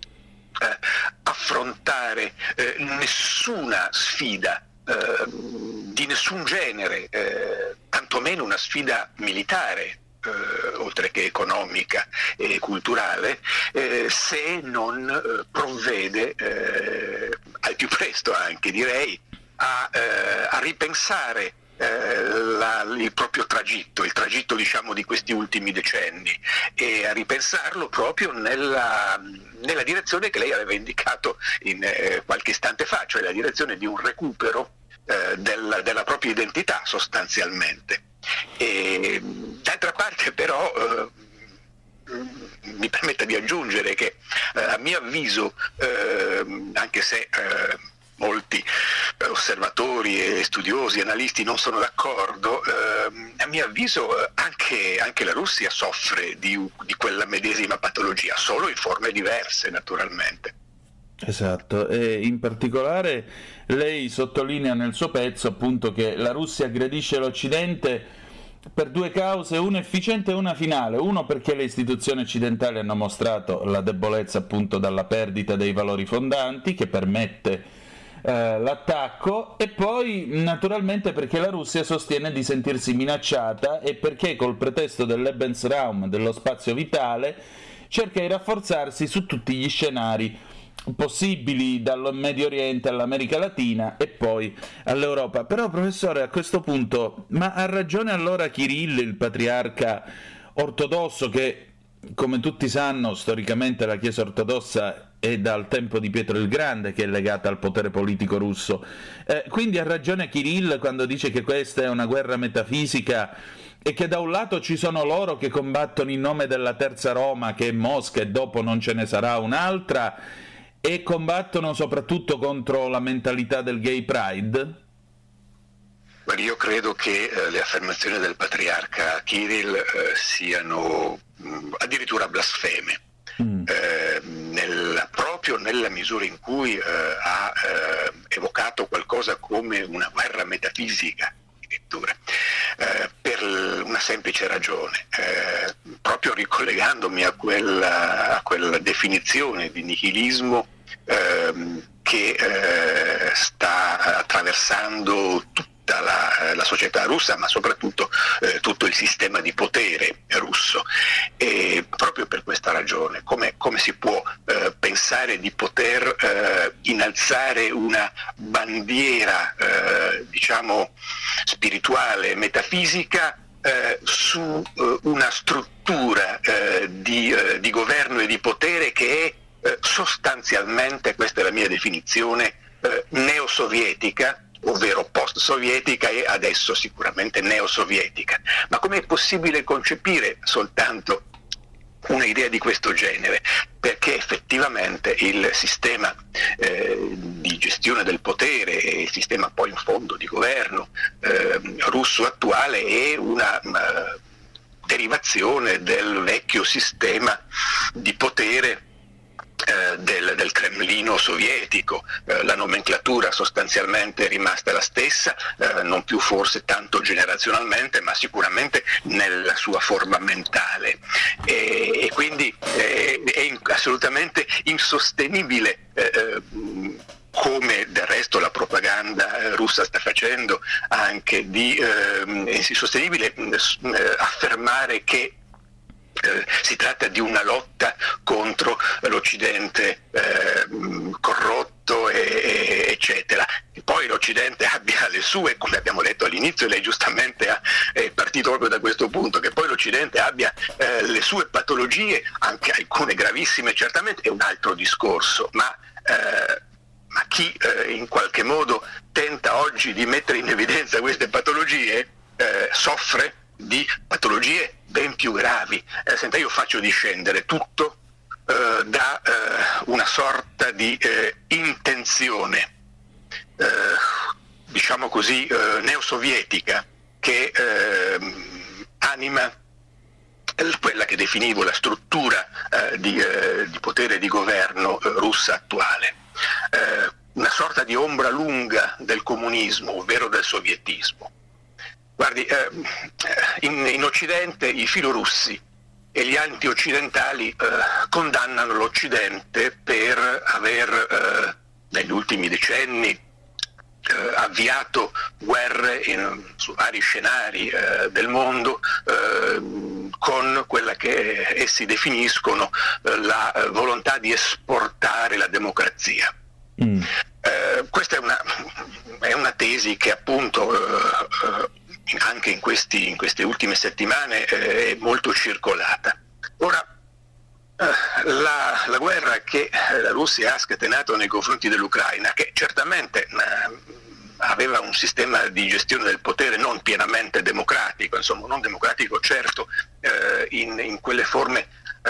affrontare nessuna sfida di nessun genere, tantomeno una sfida militare, oltre che economica e culturale, se non provvede al più presto, anche direi, a ripensare il proprio tragitto, il tragitto, diciamo, di questi ultimi decenni, e a ripensarlo proprio nella direzione che lei aveva indicato qualche istante fa, cioè la direzione di un recupero della propria identità, sostanzialmente. E d'altra parte, però, mi permetta di aggiungere che a mio avviso, anche se molti osservatori e studiosi, analisti non sono d'accordo, a mio avviso anche la Russia soffre di quella medesima patologia, solo in forme diverse, naturalmente. Esatto, e in particolare lei sottolinea nel suo pezzo appunto che la Russia aggredisce l'Occidente per due cause, una efficiente e una finale. Uno, perché le istituzioni occidentali hanno mostrato la debolezza appunto dalla perdita dei valori fondanti che permette l'attacco, e poi naturalmente perché la Russia sostiene di sentirsi minacciata e perché col pretesto del Lebensraum, dello spazio vitale, cerca di rafforzarsi su tutti gli scenari possibili, dal Medio Oriente all'America Latina e poi all'Europa. Però, professore, a questo punto, ma ha ragione allora Kirill, il patriarca ortodosso, che, come tutti sanno, storicamente la Chiesa ortodossa è dal tempo di Pietro il Grande che è legata al potere politico russo, quindi ha ragione Kirill quando dice che questa è una guerra metafisica e che da un lato ci sono loro che combattono in nome della terza Roma, che è Mosca, e dopo non ce ne sarà un'altra, e combattono soprattutto contro la mentalità del gay pride? Io credo che le affermazioni del patriarca Kirill siano addirittura blasfeme, proprio nella misura in cui ha evocato qualcosa come una guerra metafisica, addirittura, per una semplice ragione, proprio ricollegandomi a quella definizione di nichilismo che sta attraversando tutta la società russa, ma soprattutto tutto il sistema di potere russo. E proprio per questa ragione, come si può pensare di poter innalzare una bandiera diciamo spirituale, metafisica, su una struttura di governo e di potere che è sostanzialmente, questa è la mia definizione, neosovietica, ovvero post-sovietica e adesso sicuramente neosovietica. Ma com'è possibile concepire soltanto un'idea di questo genere? Perché effettivamente il sistema di gestione del potere e il sistema poi in fondo di governo russo attuale è una derivazione del vecchio sistema di potere del Cremlino sovietico. La nomenclatura sostanzialmente è rimasta la stessa, non più forse tanto generazionalmente, ma sicuramente nella sua forma mentale, e quindi è assolutamente insostenibile, come del resto la propaganda russa sta facendo anche, è insostenibile affermare che si tratta di una lotta contro l'Occidente corrotto eccetera. E poi l'Occidente abbia le sue, come abbiamo detto all'inizio, lei giustamente è partito proprio da questo punto, che poi l'Occidente abbia le sue patologie, anche alcune gravissime certamente, è un altro discorso, ma chi in qualche modo tenta oggi di mettere in evidenza queste patologie soffre di patologie ben più gravi. Senta, io faccio discendere tutto da una sorta di intenzione, diciamo così, neosovietica, che anima quella che definivo la struttura di potere e di governo russa attuale, una sorta di ombra lunga del comunismo, ovvero del sovietismo. Guardi, in Occidente i filorussi e gli anti-occidentali condannano l'Occidente per aver negli ultimi decenni avviato guerre su vari scenari del mondo con quella che essi definiscono la volontà di esportare la democrazia. Questa è una tesi che appunto anche in queste ultime settimane è molto circolata. Ora, la guerra che la Russia ha scatenato nei confronti dell'Ucraina, che certamente aveva un sistema di gestione del potere non pienamente democratico, insomma non democratico certo in quelle forme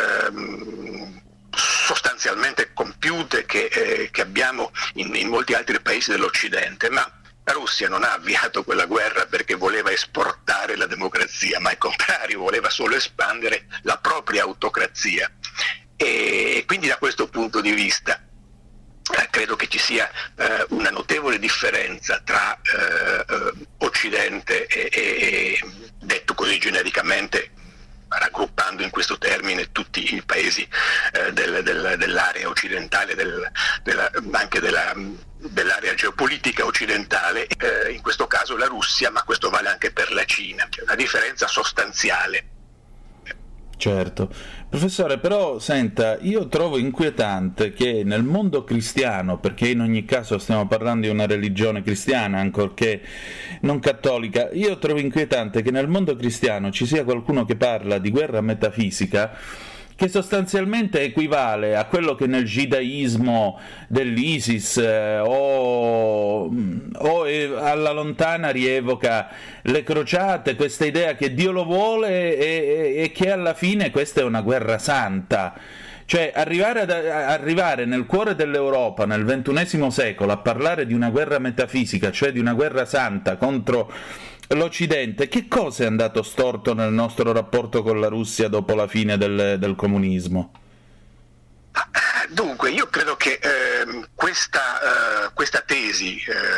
sostanzialmente compiute che abbiamo in molti altri paesi dell'Occidente, ma la Russia non ha avviato quella guerra perché voleva esportare la democrazia, ma al contrario voleva solo espandere la propria autocrazia. E quindi da questo punto di vista credo che ci sia una notevole differenza tra Occidente e detto così genericamente, raggruppando in questo termine tutti i paesi dell'area occidentale, anche dell'area geopolitica occidentale, in questo caso la Russia, ma questo vale anche per la Cina. C'è una differenza sostanziale. Certo. Professore, però senta, io trovo inquietante che nel mondo cristiano, perché in ogni caso stiamo parlando di una religione cristiana ancorché non cattolica, io trovo inquietante che nel mondo cristiano ci sia qualcuno che parla di guerra metafisica che sostanzialmente equivale a quello che nel judaismo dell'ISIS o alla lontana rievoca le crociate, questa idea che Dio lo vuole e che alla fine questa è una guerra santa. Cioè arrivare nel cuore dell'Europa nel XXI secolo a parlare di una guerra metafisica, cioè di una guerra santa contro l'Occidente, che cosa è andato storto nel nostro rapporto con la Russia dopo la fine del comunismo? Dunque, io credo che questa tesi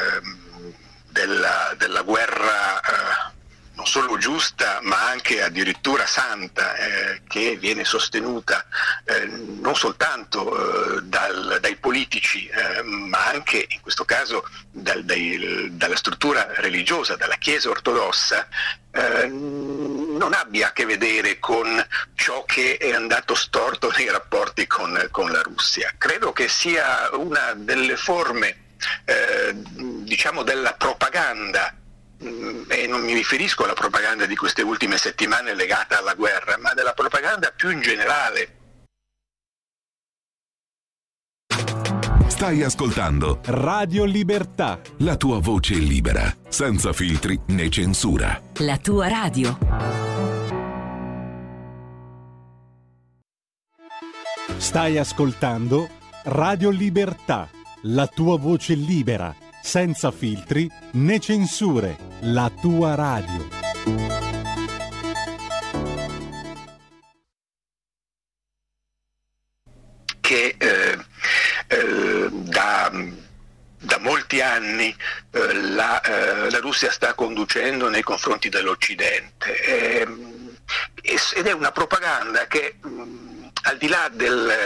della guerra non solo giusta ma anche addirittura santa, che viene sostenuta non soltanto dai politici politici, ma anche in questo caso dalla struttura religiosa, dalla Chiesa ortodossa, non abbia a che vedere con ciò che è andato storto nei rapporti con la Russia. Credo che sia una delle forme diciamo della propaganda, e non mi riferisco alla propaganda di queste ultime settimane legata alla guerra, ma della propaganda più in generale. Stai ascoltando Radio Libertà, la tua voce libera, senza filtri né censura. La tua radio. Stai ascoltando Radio Libertà, la tua voce libera, senza filtri né censure, la tua radio. Che da molti anni la Russia sta conducendo nei confronti dell'Occidente, ed è una propaganda che al di là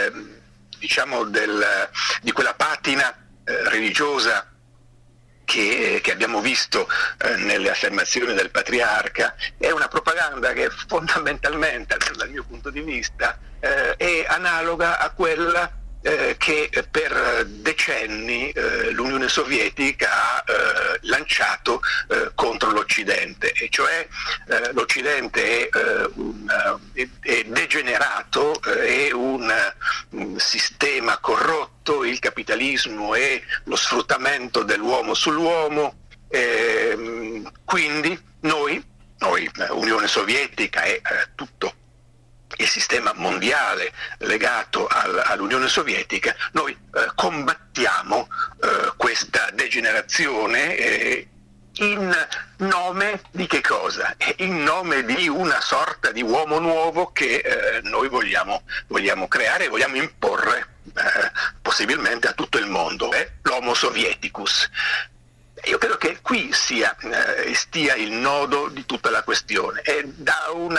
di quella patina religiosa che abbiamo visto nelle affermazioni del patriarca, è una propaganda che fondamentalmente, dal mio punto di vista, è analoga a quella che per decenni l'Unione Sovietica ha lanciato contro l'Occidente, e cioè l'Occidente è degenerato, è un sistema corrotto, il capitalismo è lo sfruttamento dell'uomo sull'uomo, quindi noi, Unione Sovietica e tutto il sistema mondiale legato all'Unione Sovietica, noi combattiamo questa degenerazione in nome di che cosa? In nome di una sorta di uomo nuovo che noi vogliamo creare e vogliamo imporre possibilmente a tutto il mondo, l'Homo Sovieticus. Io credo che qui stia il nodo di tutta la questione, e da un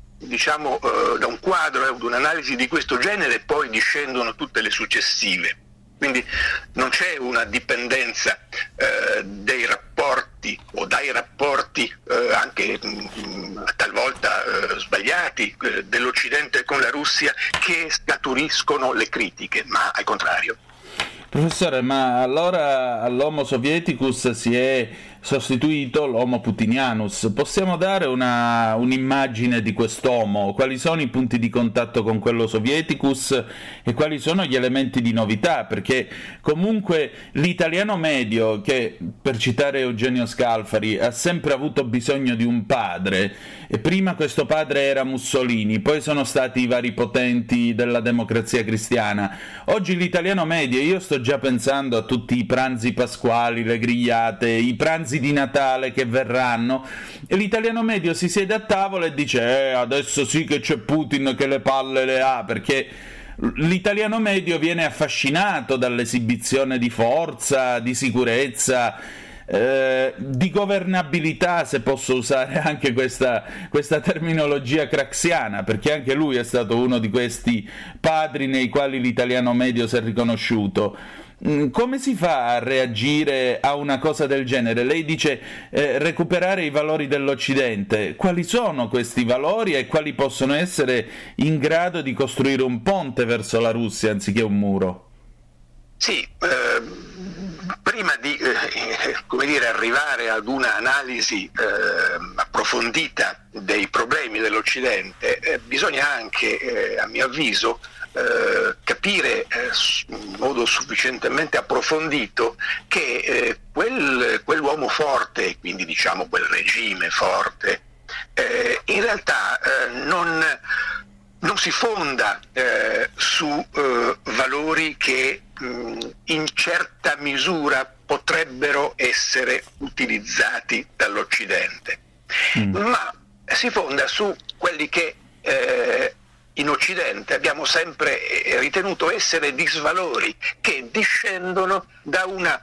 quadro e un'analisi di questo genere poi discendono tutte le successive. Quindi non c'è una dipendenza dei rapporti o dai rapporti anche talvolta sbagliati dell'Occidente con la Russia che scaturiscono le critiche, ma al contrario. Professore, ma allora all'Homo Sovieticus si è sostituito l'Homo Putinianus. Possiamo dare un'immagine di quest'uomo? Quali sono i punti di contatto con quello Sovieticus e quali sono gli elementi di novità? Perché comunque l'italiano medio, che per citare Eugenio Scalfari ha sempre avuto bisogno di un padre, e prima questo padre era Mussolini, poi sono stati i vari potenti della Democrazia Cristiana. Oggi l'italiano medio, io sto già pensando a tutti i pranzi pasquali, le grigliate, i pranzi di Natale che verranno, e l'italiano medio si siede a tavola e dice adesso sì che c'è Putin che le palle le ha, perché l'italiano medio viene affascinato dall'esibizione di forza, di sicurezza, di governabilità, se posso usare anche questa terminologia craxiana, perché anche lui è stato uno di questi padri nei quali l'italiano medio si è riconosciuto. Come si fa a reagire a una cosa del genere? Lei dice recuperare i valori dell'Occidente. Quali sono questi valori e quali possono essere in grado di costruire un ponte verso la Russia anziché un muro? Sì, prima di arrivare ad un'analisi approfondita dei problemi dell'Occidente, bisogna anche, a mio avviso, capire in modo sufficientemente approfondito che quell'uomo forte, quindi diciamo quel regime forte, in realtà non si fonda su valori che in certa misura potrebbero essere utilizzati dall'Occidente, ma si fonda su quelli che in Occidente abbiamo sempre ritenuto essere disvalori, che discendono da una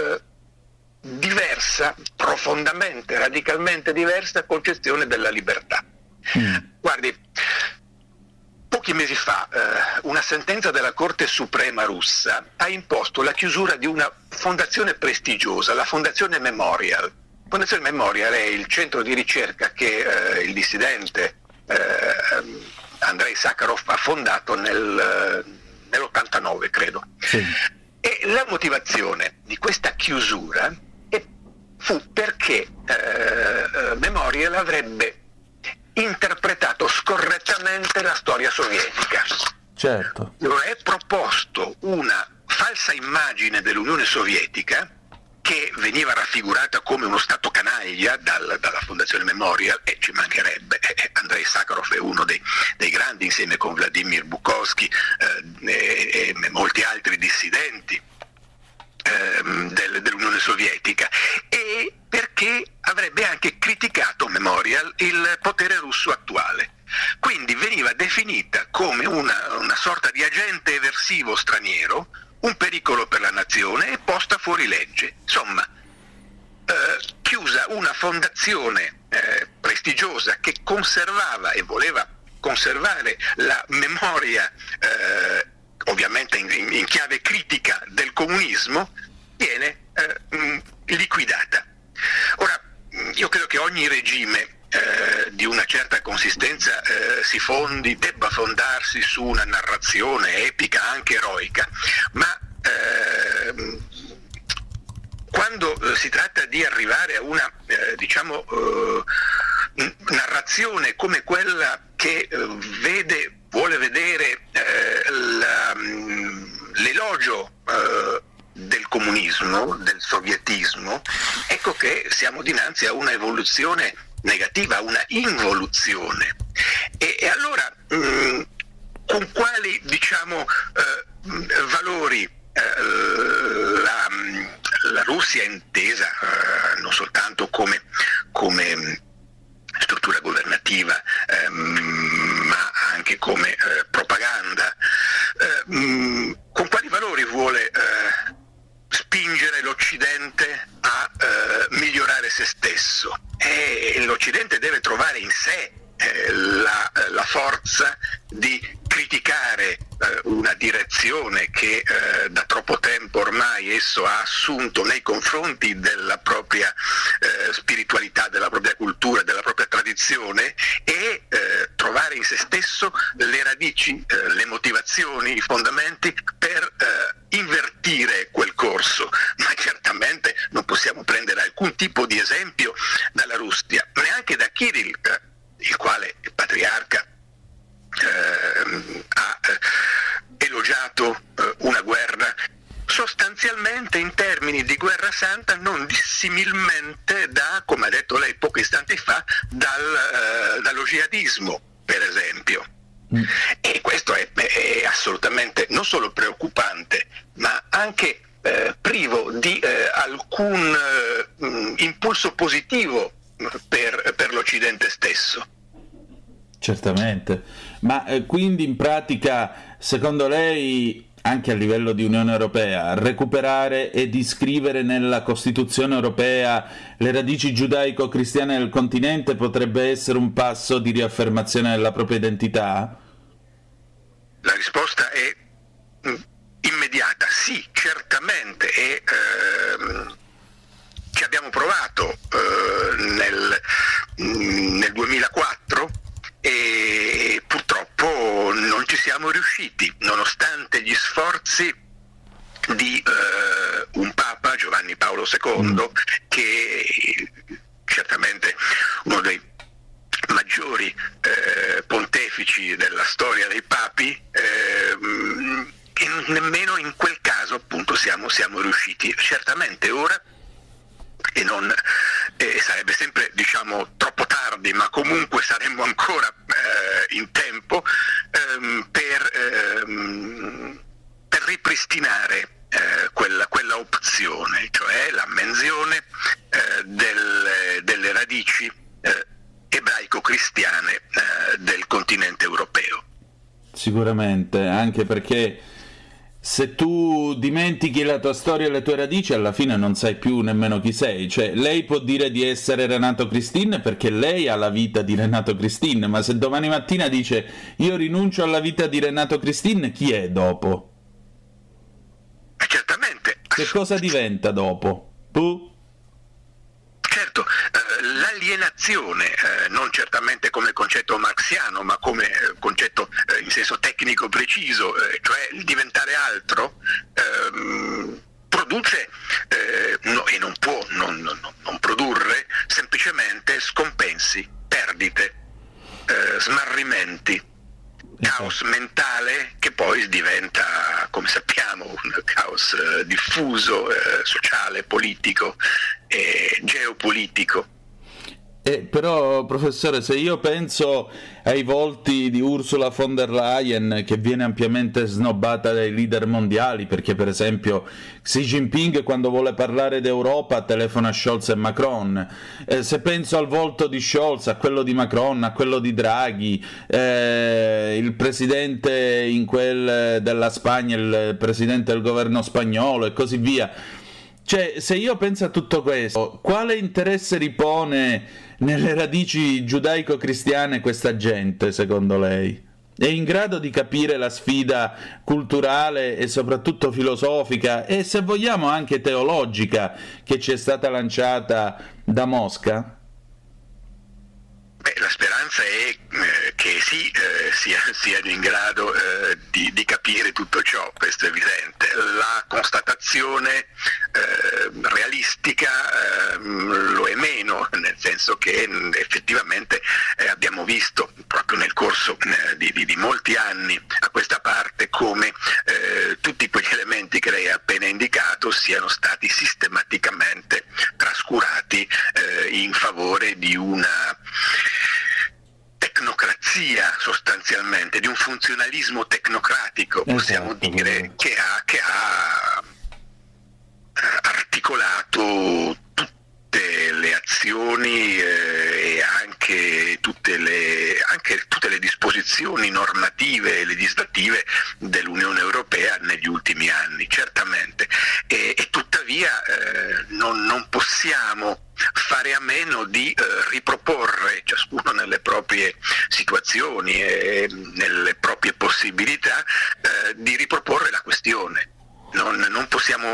diversa, profondamente, radicalmente diversa concezione della libertà. Guardi, Pochi mesi fa una sentenza della Corte Suprema russa ha imposto la chiusura di una fondazione prestigiosa, la Fondazione Memorial. La Fondazione Memorial è il centro di ricerca che il dissidente Andrei Sakharov ha fondato nell'89, credo. Sì. E la motivazione di questa chiusura fu perché Memorial avrebbe interpretato scorrettamente la storia sovietica. Certo. È proposto una falsa immagine dell'Unione Sovietica che veniva raffigurata come uno stato canaglia dalla Fondazione Memorial, e ci mancherebbe. Andrei Sakharov è uno dei grandi, insieme con Vladimir Bukovsky e molti altri dissidenti dell'Unione Sovietica, e perché avrebbe anche criticato Memorial il potere russo attuale. Quindi veniva definita come una sorta di agente eversivo straniero, un pericolo per la nazione e posta fuori legge. Insomma, chiusa una fondazione prestigiosa che conservava e voleva conservare la memoria ovviamente in chiave critica del comunismo, viene liquidata. Ora, io credo che ogni regime di una certa consistenza debba fondarsi su una narrazione epica, anche eroica, ma quando si tratta di arrivare a una narrazione come quella che vuole vedere l'elogio del comunismo, del sovietismo, ecco che siamo dinanzi a una evoluzione negativa, a una involuzione. E allora con quali valori la Russia è intesa non soltanto come struttura governativa, ma anche come propaganda, con quali valori vuole spingere l'Occidente a migliorare se stesso? E l'Occidente deve trovare in sé la forza di criticare una direzione che da troppo tempo ormai esso ha assunto nei confronti della propria spiritualità, della propria cultura, della propria tradizione, e trovare in se stesso le radici, le motivazioni, i fondamenti per invertire quel corso. Ma certamente non possiamo prendere alcun tipo di esempio dalla Russia, neanche da Kirill, il quale, il patriarca, ha elogiato una guerra sostanzialmente in termini di guerra santa, non dissimilmente da, come ha detto lei pochi istanti fa, dallo jihadismo, per esempio. E questo è assolutamente non solo preoccupante, ma anche privo di alcun impulso positivo per l'Occidente stesso. Certamente, ma quindi in pratica, secondo lei, anche a livello di Unione Europea, recuperare ed iscrivere nella Costituzione europea le radici giudaico-cristiane del continente potrebbe essere un passo di riaffermazione della propria identità? La risposta è immediata, sì, certamente, e ci abbiamo provato nel 2004 e purtroppo non ci siamo riusciti, nonostante gli sforzi di un Papa, Giovanni Paolo II, che certamente uno dei maggiori pontefici della storia dei papi, e nemmeno in quel caso appunto siamo riusciti. Certamente ora, e non sarebbe sempre troppo tardi, ma comunque saremmo ancora in tempo per ripristinare quella opzione, cioè la menzione delle radici ebraico-cristiane del continente europeo. Sicuramente, anche perché se tu dimentichi la tua storia e le tue radici, alla fine non sai più nemmeno chi sei. Cioè, lei può dire di essere Renato Cristin perché lei ha la vita di Renato Cristin, ma se domani mattina dice io rinuncio alla vita di Renato Cristin, chi è dopo? Certamente. Che cosa diventa dopo? Tu? Certo, l'alienazione, non certamente come concetto marxiano, ma come concetto in senso tecnico preciso, cioè il diventare altro, produce e non può non produrre semplicemente scompensi, perdite, smarrimenti, caos mentale che poi diventa, come sappiamo, un caos diffuso, sociale, politico e geopolitico. Però, professore, se io penso ai volti di Ursula von der Leyen, che viene ampiamente snobbata dai leader mondiali, perché per esempio Xi Jinping quando vuole parlare d'Europa telefona a Scholz e Macron, se penso al volto di Scholz, a quello di Macron, a quello di Draghi, il presidente della Spagna, il presidente del governo spagnolo e così via. Cioè, se io penso a tutto questo, quale interesse ripone nelle radici giudaico-cristiane questa gente, secondo lei? È in grado di capire la sfida culturale e soprattutto filosofica e, se vogliamo, anche teologica che ci è stata lanciata da Mosca? La speranza è che sì, siano in grado di capire tutto ciò, questo è evidente. La constatazione realistica lo è meno, nel senso che effettivamente abbiamo visto proprio nel corso di molti anni a questa parte come tutti quegli elementi che lei ha appena indicato siano stati sistematicamente trascurati in favore di una tecnocrazia, sostanzialmente, di un funzionalismo tecnocratico, possiamo dire, che ha articolato tutte le azioni e anche tutte le disposizioni normative e legislative dell'Unione Europea negli ultimi anni, certamente, e tuttavia non possiamo fare a meno di riproporre, ciascuno nelle proprie situazioni e nelle proprie possibilità, di riproporre la questione. Non possiamo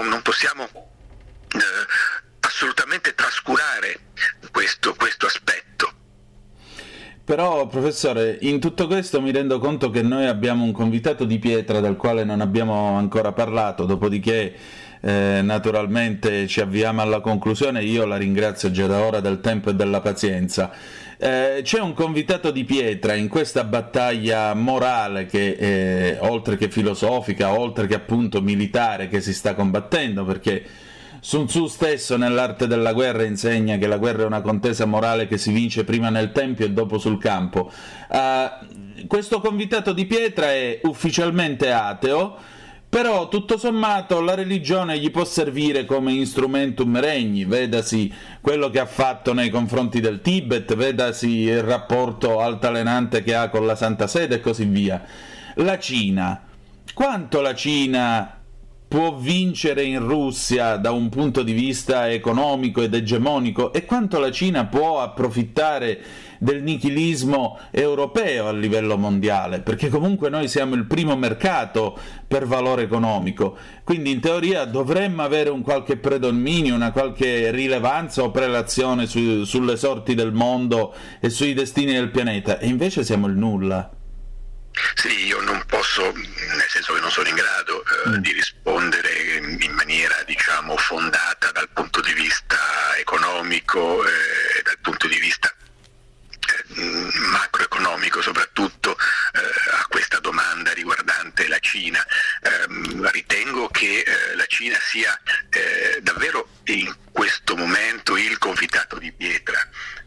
assolutamente trascurare questo aspetto. Però, professore, in tutto questo mi rendo conto che noi abbiamo un convitato di pietra del quale non abbiamo ancora parlato, dopodiché naturalmente ci avviamo alla conclusione. Io la ringrazio già da ora del tempo e della pazienza. C'è un convitato di pietra in questa battaglia morale che oltre che filosofica, oltre che appunto militare, che si sta combattendo, perché Sun Tzu stesso nell'arte della guerra insegna che la guerra è una contesa morale che si vince prima nel tempio e dopo sul campo. Questo convitato di pietra è ufficialmente ateo, però tutto sommato la religione gli può servire come instrumentum regni, vedasi quello che ha fatto nei confronti del Tibet, vedasi il rapporto altalenante che ha con la Santa Sede e così via. La Cina, quanto la Cina può vincere in Russia da un punto di vista economico ed egemonico, e quanto la Cina può approfittare del nichilismo europeo a livello mondiale, perché comunque noi siamo il primo mercato per valore economico, quindi in teoria dovremmo avere un qualche predominio, una qualche rilevanza o prelazione sulle sorti del mondo e sui destini del pianeta, e invece siamo il nulla. Sì, io non posso, nel senso che non sono in grado di rispondere in maniera, diciamo, fondata dal punto di vista economico e dal punto di vista macroeconomico soprattutto a questa domanda riguardante la Cina. Ritengo che la Cina sia davvero in questo momento il convitato di pietra,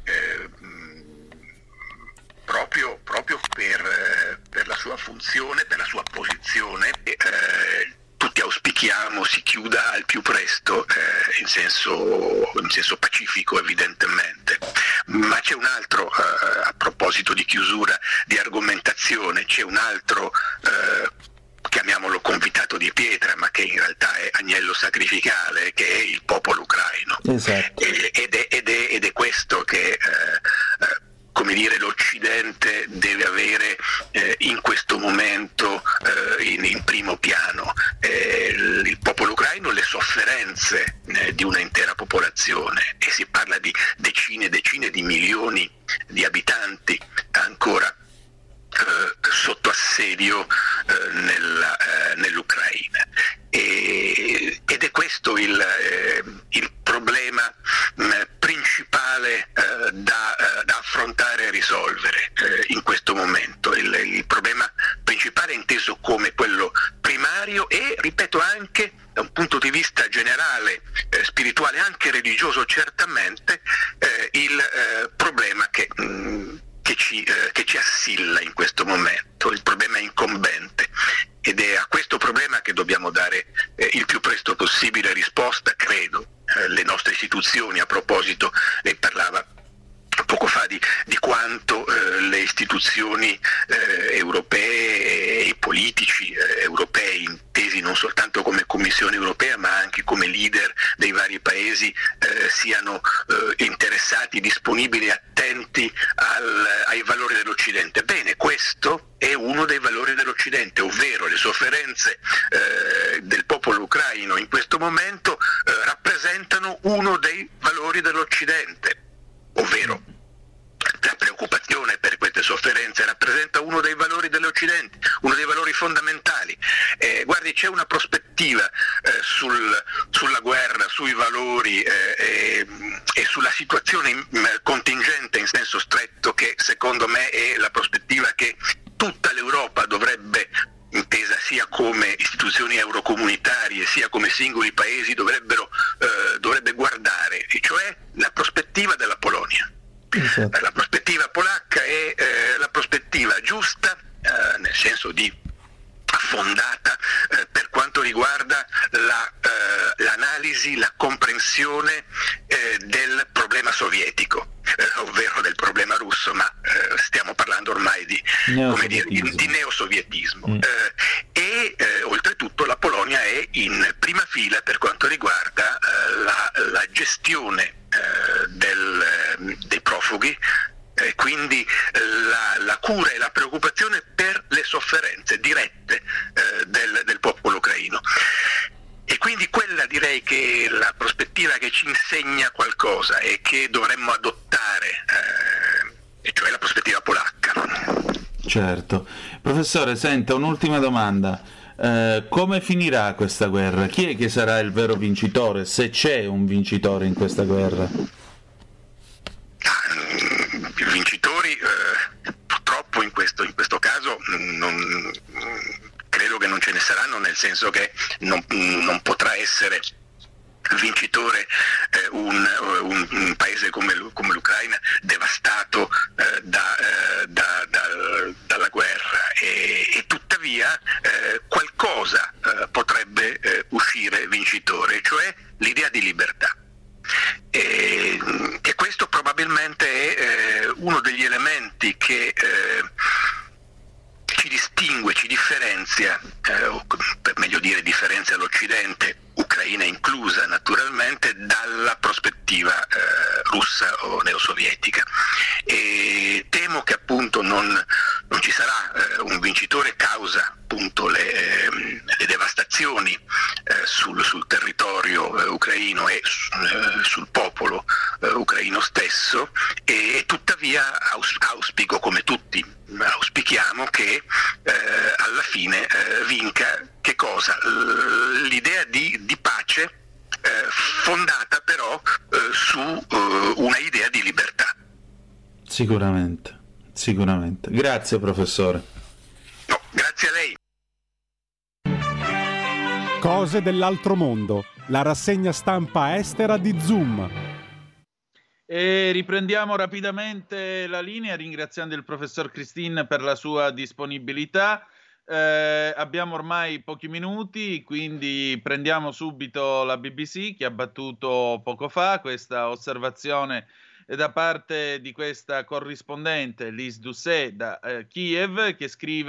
proprio per la sua funzione, per la sua posizione. Tutti auspichiamo si chiuda al più presto, in senso pacifico evidentemente. Ma c'è un altro, a proposito di chiusura di argomentazione, c'è un altro chiamiamolo convitato di pietra, ma che in realtà è agnello sacrificale, che è il popolo ucraino. Esatto. Ed è questo che come dire, l'Occidente deve avere in questo momto in primo piano. Il popolo ucraino, le sofferenze di un'intera popolazione, e si parla di decine e decine di milioni di abitanti ancora sotto assedio nell'Ucraina, ed è questo il problema principale da affrontare e risolvere in questo momento. Il problema principale è inteso come quello primario e, ripeto, anche da un punto di vista generale, spirituale, anche religioso certamente, il problema che ci assilla in questo momento, il problema incombente, ed è a questo problema che dobbiamo dare il più presto possibile risposta, credo. Le nostre istituzioni, a proposito, lei parlava poco fa di quanto le istituzioni europee e i politici europei, intesi non soltanto come Commissione europea ma anche come leader dei vari paesi, siano interessati, disponibili, attenti ai valori dell'Occidente. Bene, questo è uno dei valori dell'Occidente, ovvero le sofferenze del popolo ucraino in questo momento rappresentano uno dei valori dell'Occidente, ovvero la preoccupazione per queste sofferenze rappresenta uno dei valori dell'Occidente, uno dei valori fondamentali. Guardi, c'è una prospettiva sulla guerra, sui valori e sulla situazione contingente in senso stretto, che secondo me è la prospettiva che tutta l'Europa dovrebbe, intesa sia come istituzioni eurocomunitarie sia come singoli paesi, dovrebbe guardare, e cioè la prospettiva della Polonia. Esatto. La prospettiva polacca è la prospettiva giusta, nel senso di fondata per quanto riguarda l'analisi, la comprensione del problema sovietico, ovvero del problema russo, ma stiamo parlando ormai di neosovietismo. E oltretutto la Polonia è in prima fila per quanto riguarda la gestione dei profughi, quindi la cura e la preoccupazione per le sofferenze dirette del popolo ucraino. E quindi quella, direi, che è la prospettiva che ci insegna qualcosa e che dovremmo adottare, e cioè la prospettiva polacca. Certo. Professore, senta, un'ultima domanda. Come finirà questa guerra? Chi è che sarà il vero vincitore, se c'è un vincitore in questa guerra? I vincitori purtroppo in questo caso credo che non ce ne saranno, nel senso che non potrà essere vincitore un paese come l'Ucraina, devastato dalla guerra, e tuttavia qualcosa potrebbe uscire vincitore, cioè l'idea di libertà. E questo probabilmente è uno degli elementi che ci distingue, ci differenzia, o per meglio dire differenzia l'Occidente, Ucraina inclusa naturalmente, dalla prospettiva russa o neosovietica. E temo che appunto non ci sarà un vincitore, causa appunto le devastazioni sul territorio ucraino e sul popolo ucraino stesso, e tuttavia auspico, come tutti auspichiamo, che alla fine vinca che cosa? L'idea di pace, fondata però su una idea di libertà. Sicuramente. Grazie, professore. No, grazie a lei. Cose dell'altro mondo, la rassegna stampa estera di Zoom. E riprendiamo rapidamente la linea ringraziando il professor Christine per la sua disponibilità. Abbiamo ormai pochi minuti, quindi prendiamo subito la BBC, che ha battuto poco fa questa osservazione da parte di questa corrispondente Lise Doucet da Kiev, che scrive: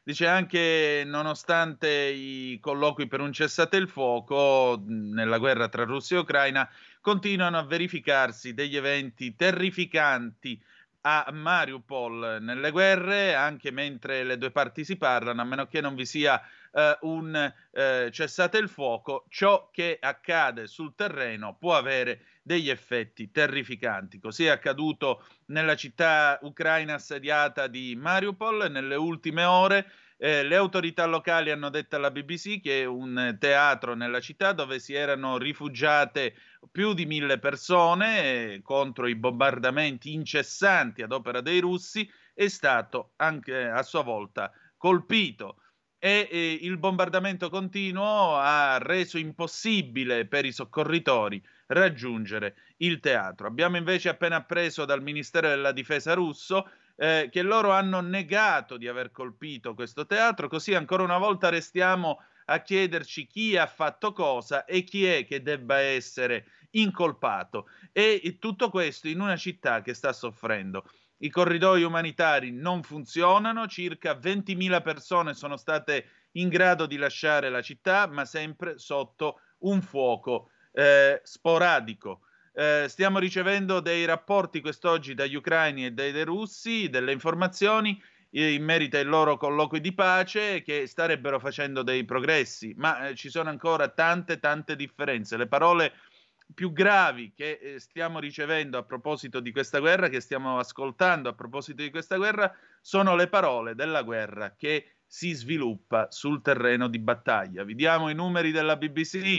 Dice anche nonostante i colloqui per un cessate il fuoco nella guerra tra Russia e Ucraina, continuano a verificarsi degli eventi terrificanti a Mariupol nelle guerre, anche mentre le due parti si parlano, a meno che non vi sia un cessate il fuoco, ciò che accade sul terreno può avere degli effetti terrificanti. Così è accaduto nella città ucraina assediata di Mariupol. Nelle ultime ore le autorità locali hanno detto alla BBC che è un teatro nella città dove si erano rifugiate più di 1000 persone contro i bombardamenti incessanti ad opera dei russi, è stato anche a sua volta colpito. E il bombardamento continuo ha reso impossibile per i soccorritori raggiungere il teatro. Abbiamo invece appena appreso dal Ministero della Difesa russo che loro hanno negato di aver colpito questo teatro, così ancora una volta restiamo a chiederci chi ha fatto cosa e chi è che debba essere incolpato. E tutto questo in una città che sta soffrendo. I corridoi umanitari non funzionano, circa 20.000 persone sono state in grado di lasciare la città, ma sempre sotto un fuoco sporadico. Stiamo ricevendo dei rapporti quest'oggi dagli ucraini e dai russi, delle informazioni in merito ai loro colloqui di pace che starebbero facendo dei progressi, ma ci sono ancora tante differenze. Le parole più gravi che stiamo ricevendo a proposito di questa guerra, che stiamo ascoltando a proposito di questa guerra, sono le parole della guerra che si sviluppa sul terreno di battaglia. Vi diamo i numeri della BBC.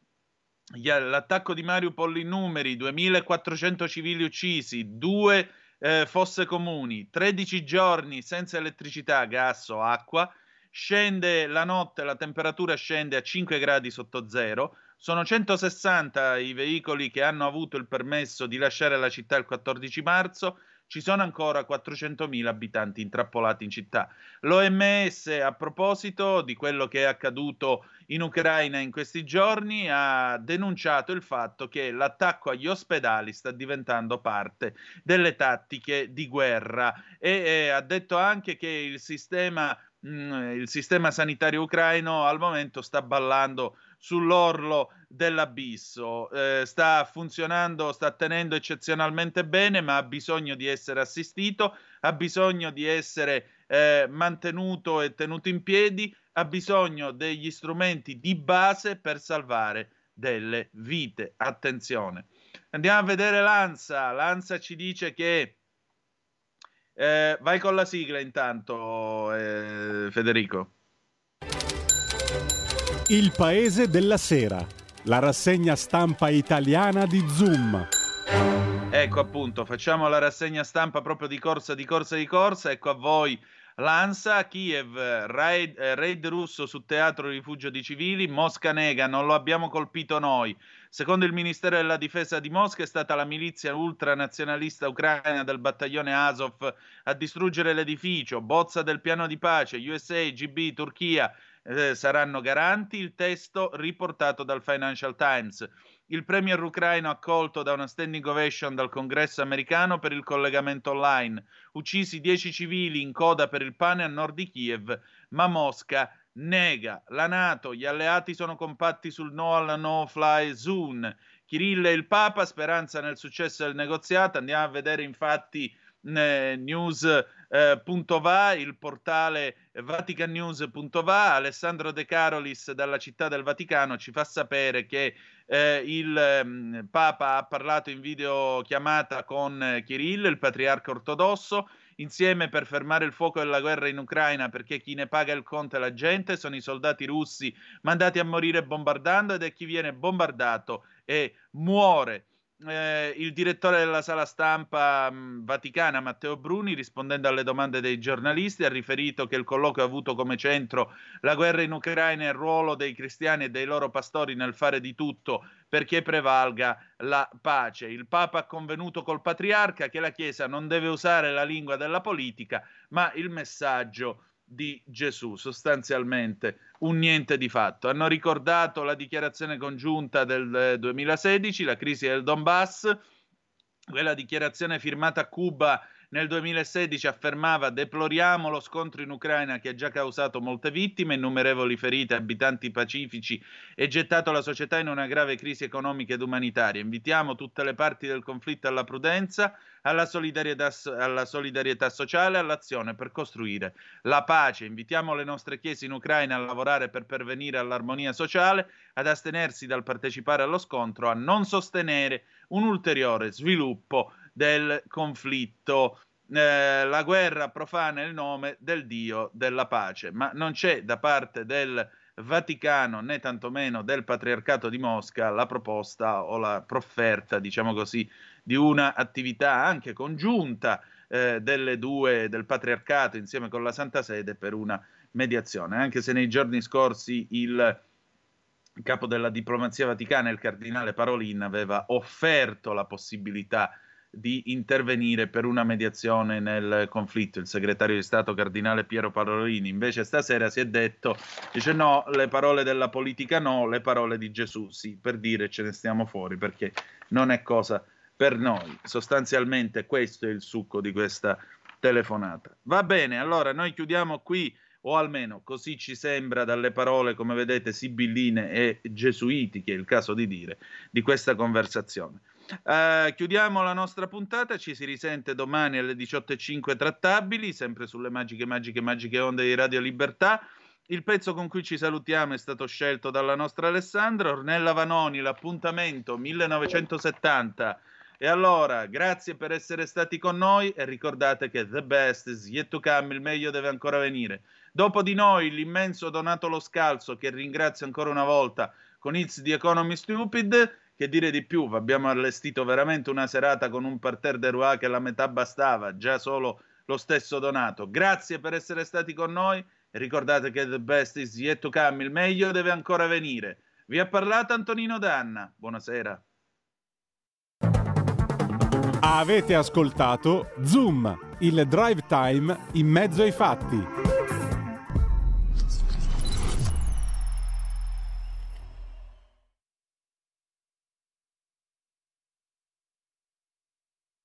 L'attacco di Mariupol in numeri: 2.400 civili uccisi, 2 fosse comuni, 13 giorni senza elettricità, gas o acqua, scende la notte, la temperatura scende a 5 gradi sotto zero, sono 160 i veicoli che hanno avuto il permesso di lasciare la città il 14 marzo, ci sono ancora 400.000 abitanti intrappolati in città. L'OMS, a proposito di quello che è accaduto in Ucraina in questi giorni, ha denunciato il fatto che l'attacco agli ospedali sta diventando parte delle tattiche di guerra e ha detto anche che il sistema sanitario ucraino al momento sta ballando sull'orlo dell'abisso, sta funzionando, sta tenendo eccezionalmente bene, ma ha bisogno di essere assistito, ha bisogno di essere mantenuto e tenuto in piedi, ha bisogno degli strumenti di base per salvare delle vite. Attenzione. Andiamo a vedere l'ANSA. L'ANSA ci dice che vai con la sigla intanto, Federico. Il Paese della Sera, la rassegna stampa italiana di Zoom. Ecco appunto, facciamo la rassegna stampa proprio di corsa. Ecco a voi l'ANSA. Kiev, raid russo su teatro rifugio di civili, Mosca nega, non lo abbiamo colpito noi. Secondo il Ministero della Difesa di Mosca è stata la milizia ultranazionalista ucraina del battaglione Azov a distruggere l'edificio. Bozza del piano di pace, USA, GB, Turchia saranno garanti. Il testo riportato dal Financial Times. Il premier ucraino accolto da una standing ovation dal Congresso americano per il collegamento online. Uccisi 10 civili in coda per il pane a nord di Kiev, ma Mosca nega. La NATO, gli alleati sono compatti sul no alla no-fly zone. Kirill e il Papa, speranza nel successo del negoziato. Andiamo a vedere infatti news.va, il portale vaticannews.va. Alessandro De Carolis dalla Città del Vaticano ci fa sapere che il Papa ha parlato in videochiamata con Kirill, il patriarca ortodosso, insieme per fermare il fuoco della guerra in Ucraina, perché chi ne paga il conto è la gente, sono i soldati russi mandati a morire bombardando ed è chi viene bombardato e muore. Il direttore della sala stampa vaticana, Matteo Bruni, rispondendo alle domande dei giornalisti, ha riferito che il colloquio ha avuto come centro la guerra in Ucraina e il ruolo dei cristiani e dei loro pastori nel fare di tutto perché prevalga la pace. Il Papa ha convenuto col patriarca che la Chiesa non deve usare la lingua della politica, ma il messaggio di Gesù, sostanzialmente un niente di fatto. Hanno ricordato la dichiarazione congiunta del 2016, la crisi del Donbass, quella dichiarazione firmata a Cuba nel 2016 affermava: deploriamo lo scontro in Ucraina che ha già causato molte vittime, innumerevoli ferite, abitanti pacifici e gettato la società in una grave crisi economica ed umanitaria. Invitiamo tutte le parti del conflitto alla prudenza, alla solidarietà sociale, all'azione per costruire la pace. Invitiamo le nostre chiese in Ucraina a lavorare per pervenire all'armonia sociale, ad astenersi dal partecipare allo scontro, a non sostenere un ulteriore sviluppo del conflitto. La guerra profana il nome del Dio della pace, ma non c'è da parte del Vaticano né tantomeno del Patriarcato di Mosca la proposta o la profferta, diciamo così, di una attività anche congiunta delle due, del Patriarcato insieme con la Santa Sede, per una mediazione, anche se nei giorni scorsi il capo della diplomazia vaticana, il cardinale Parolin, aveva offerto la possibilità di intervenire per una mediazione nel conflitto. Il segretario di Stato cardinale Piero Parolin invece stasera si è detto, dice no, le parole della politica no, le parole di Gesù sì, per dire ce ne stiamo fuori perché non è cosa per noi. Sostanzialmente questo è il succo di questa telefonata. Va bene, allora noi chiudiamo qui, o almeno così ci sembra dalle parole, come vedete, sibilline e gesuitiche, è il caso di dire, di questa conversazione. Chiudiamo la nostra puntata, ci si risente domani alle 18:05 trattabili, sempre sulle magiche onde di Radio Libertà. Il pezzo con cui ci salutiamo è stato scelto dalla nostra Alessandra, Ornella Vanoni, l'appuntamento 1970. E allora, grazie per essere stati con noi e ricordate che the best is yet to come, il meglio deve ancora venire. Dopo di noi l'immenso Donato Lo Scalzo, che ringrazio ancora una volta con It's the Economy Stupid. Che dire di più, abbiamo allestito veramente una serata con un parterre de roi che la metà bastava, già solo lo stesso Donato. Grazie per essere stati con noi e ricordate che the best is yet to come, il meglio deve ancora venire. Vi ha parlato Antonino Danna, buonasera. Avete ascoltato Zoom, il drive time in mezzo ai fatti.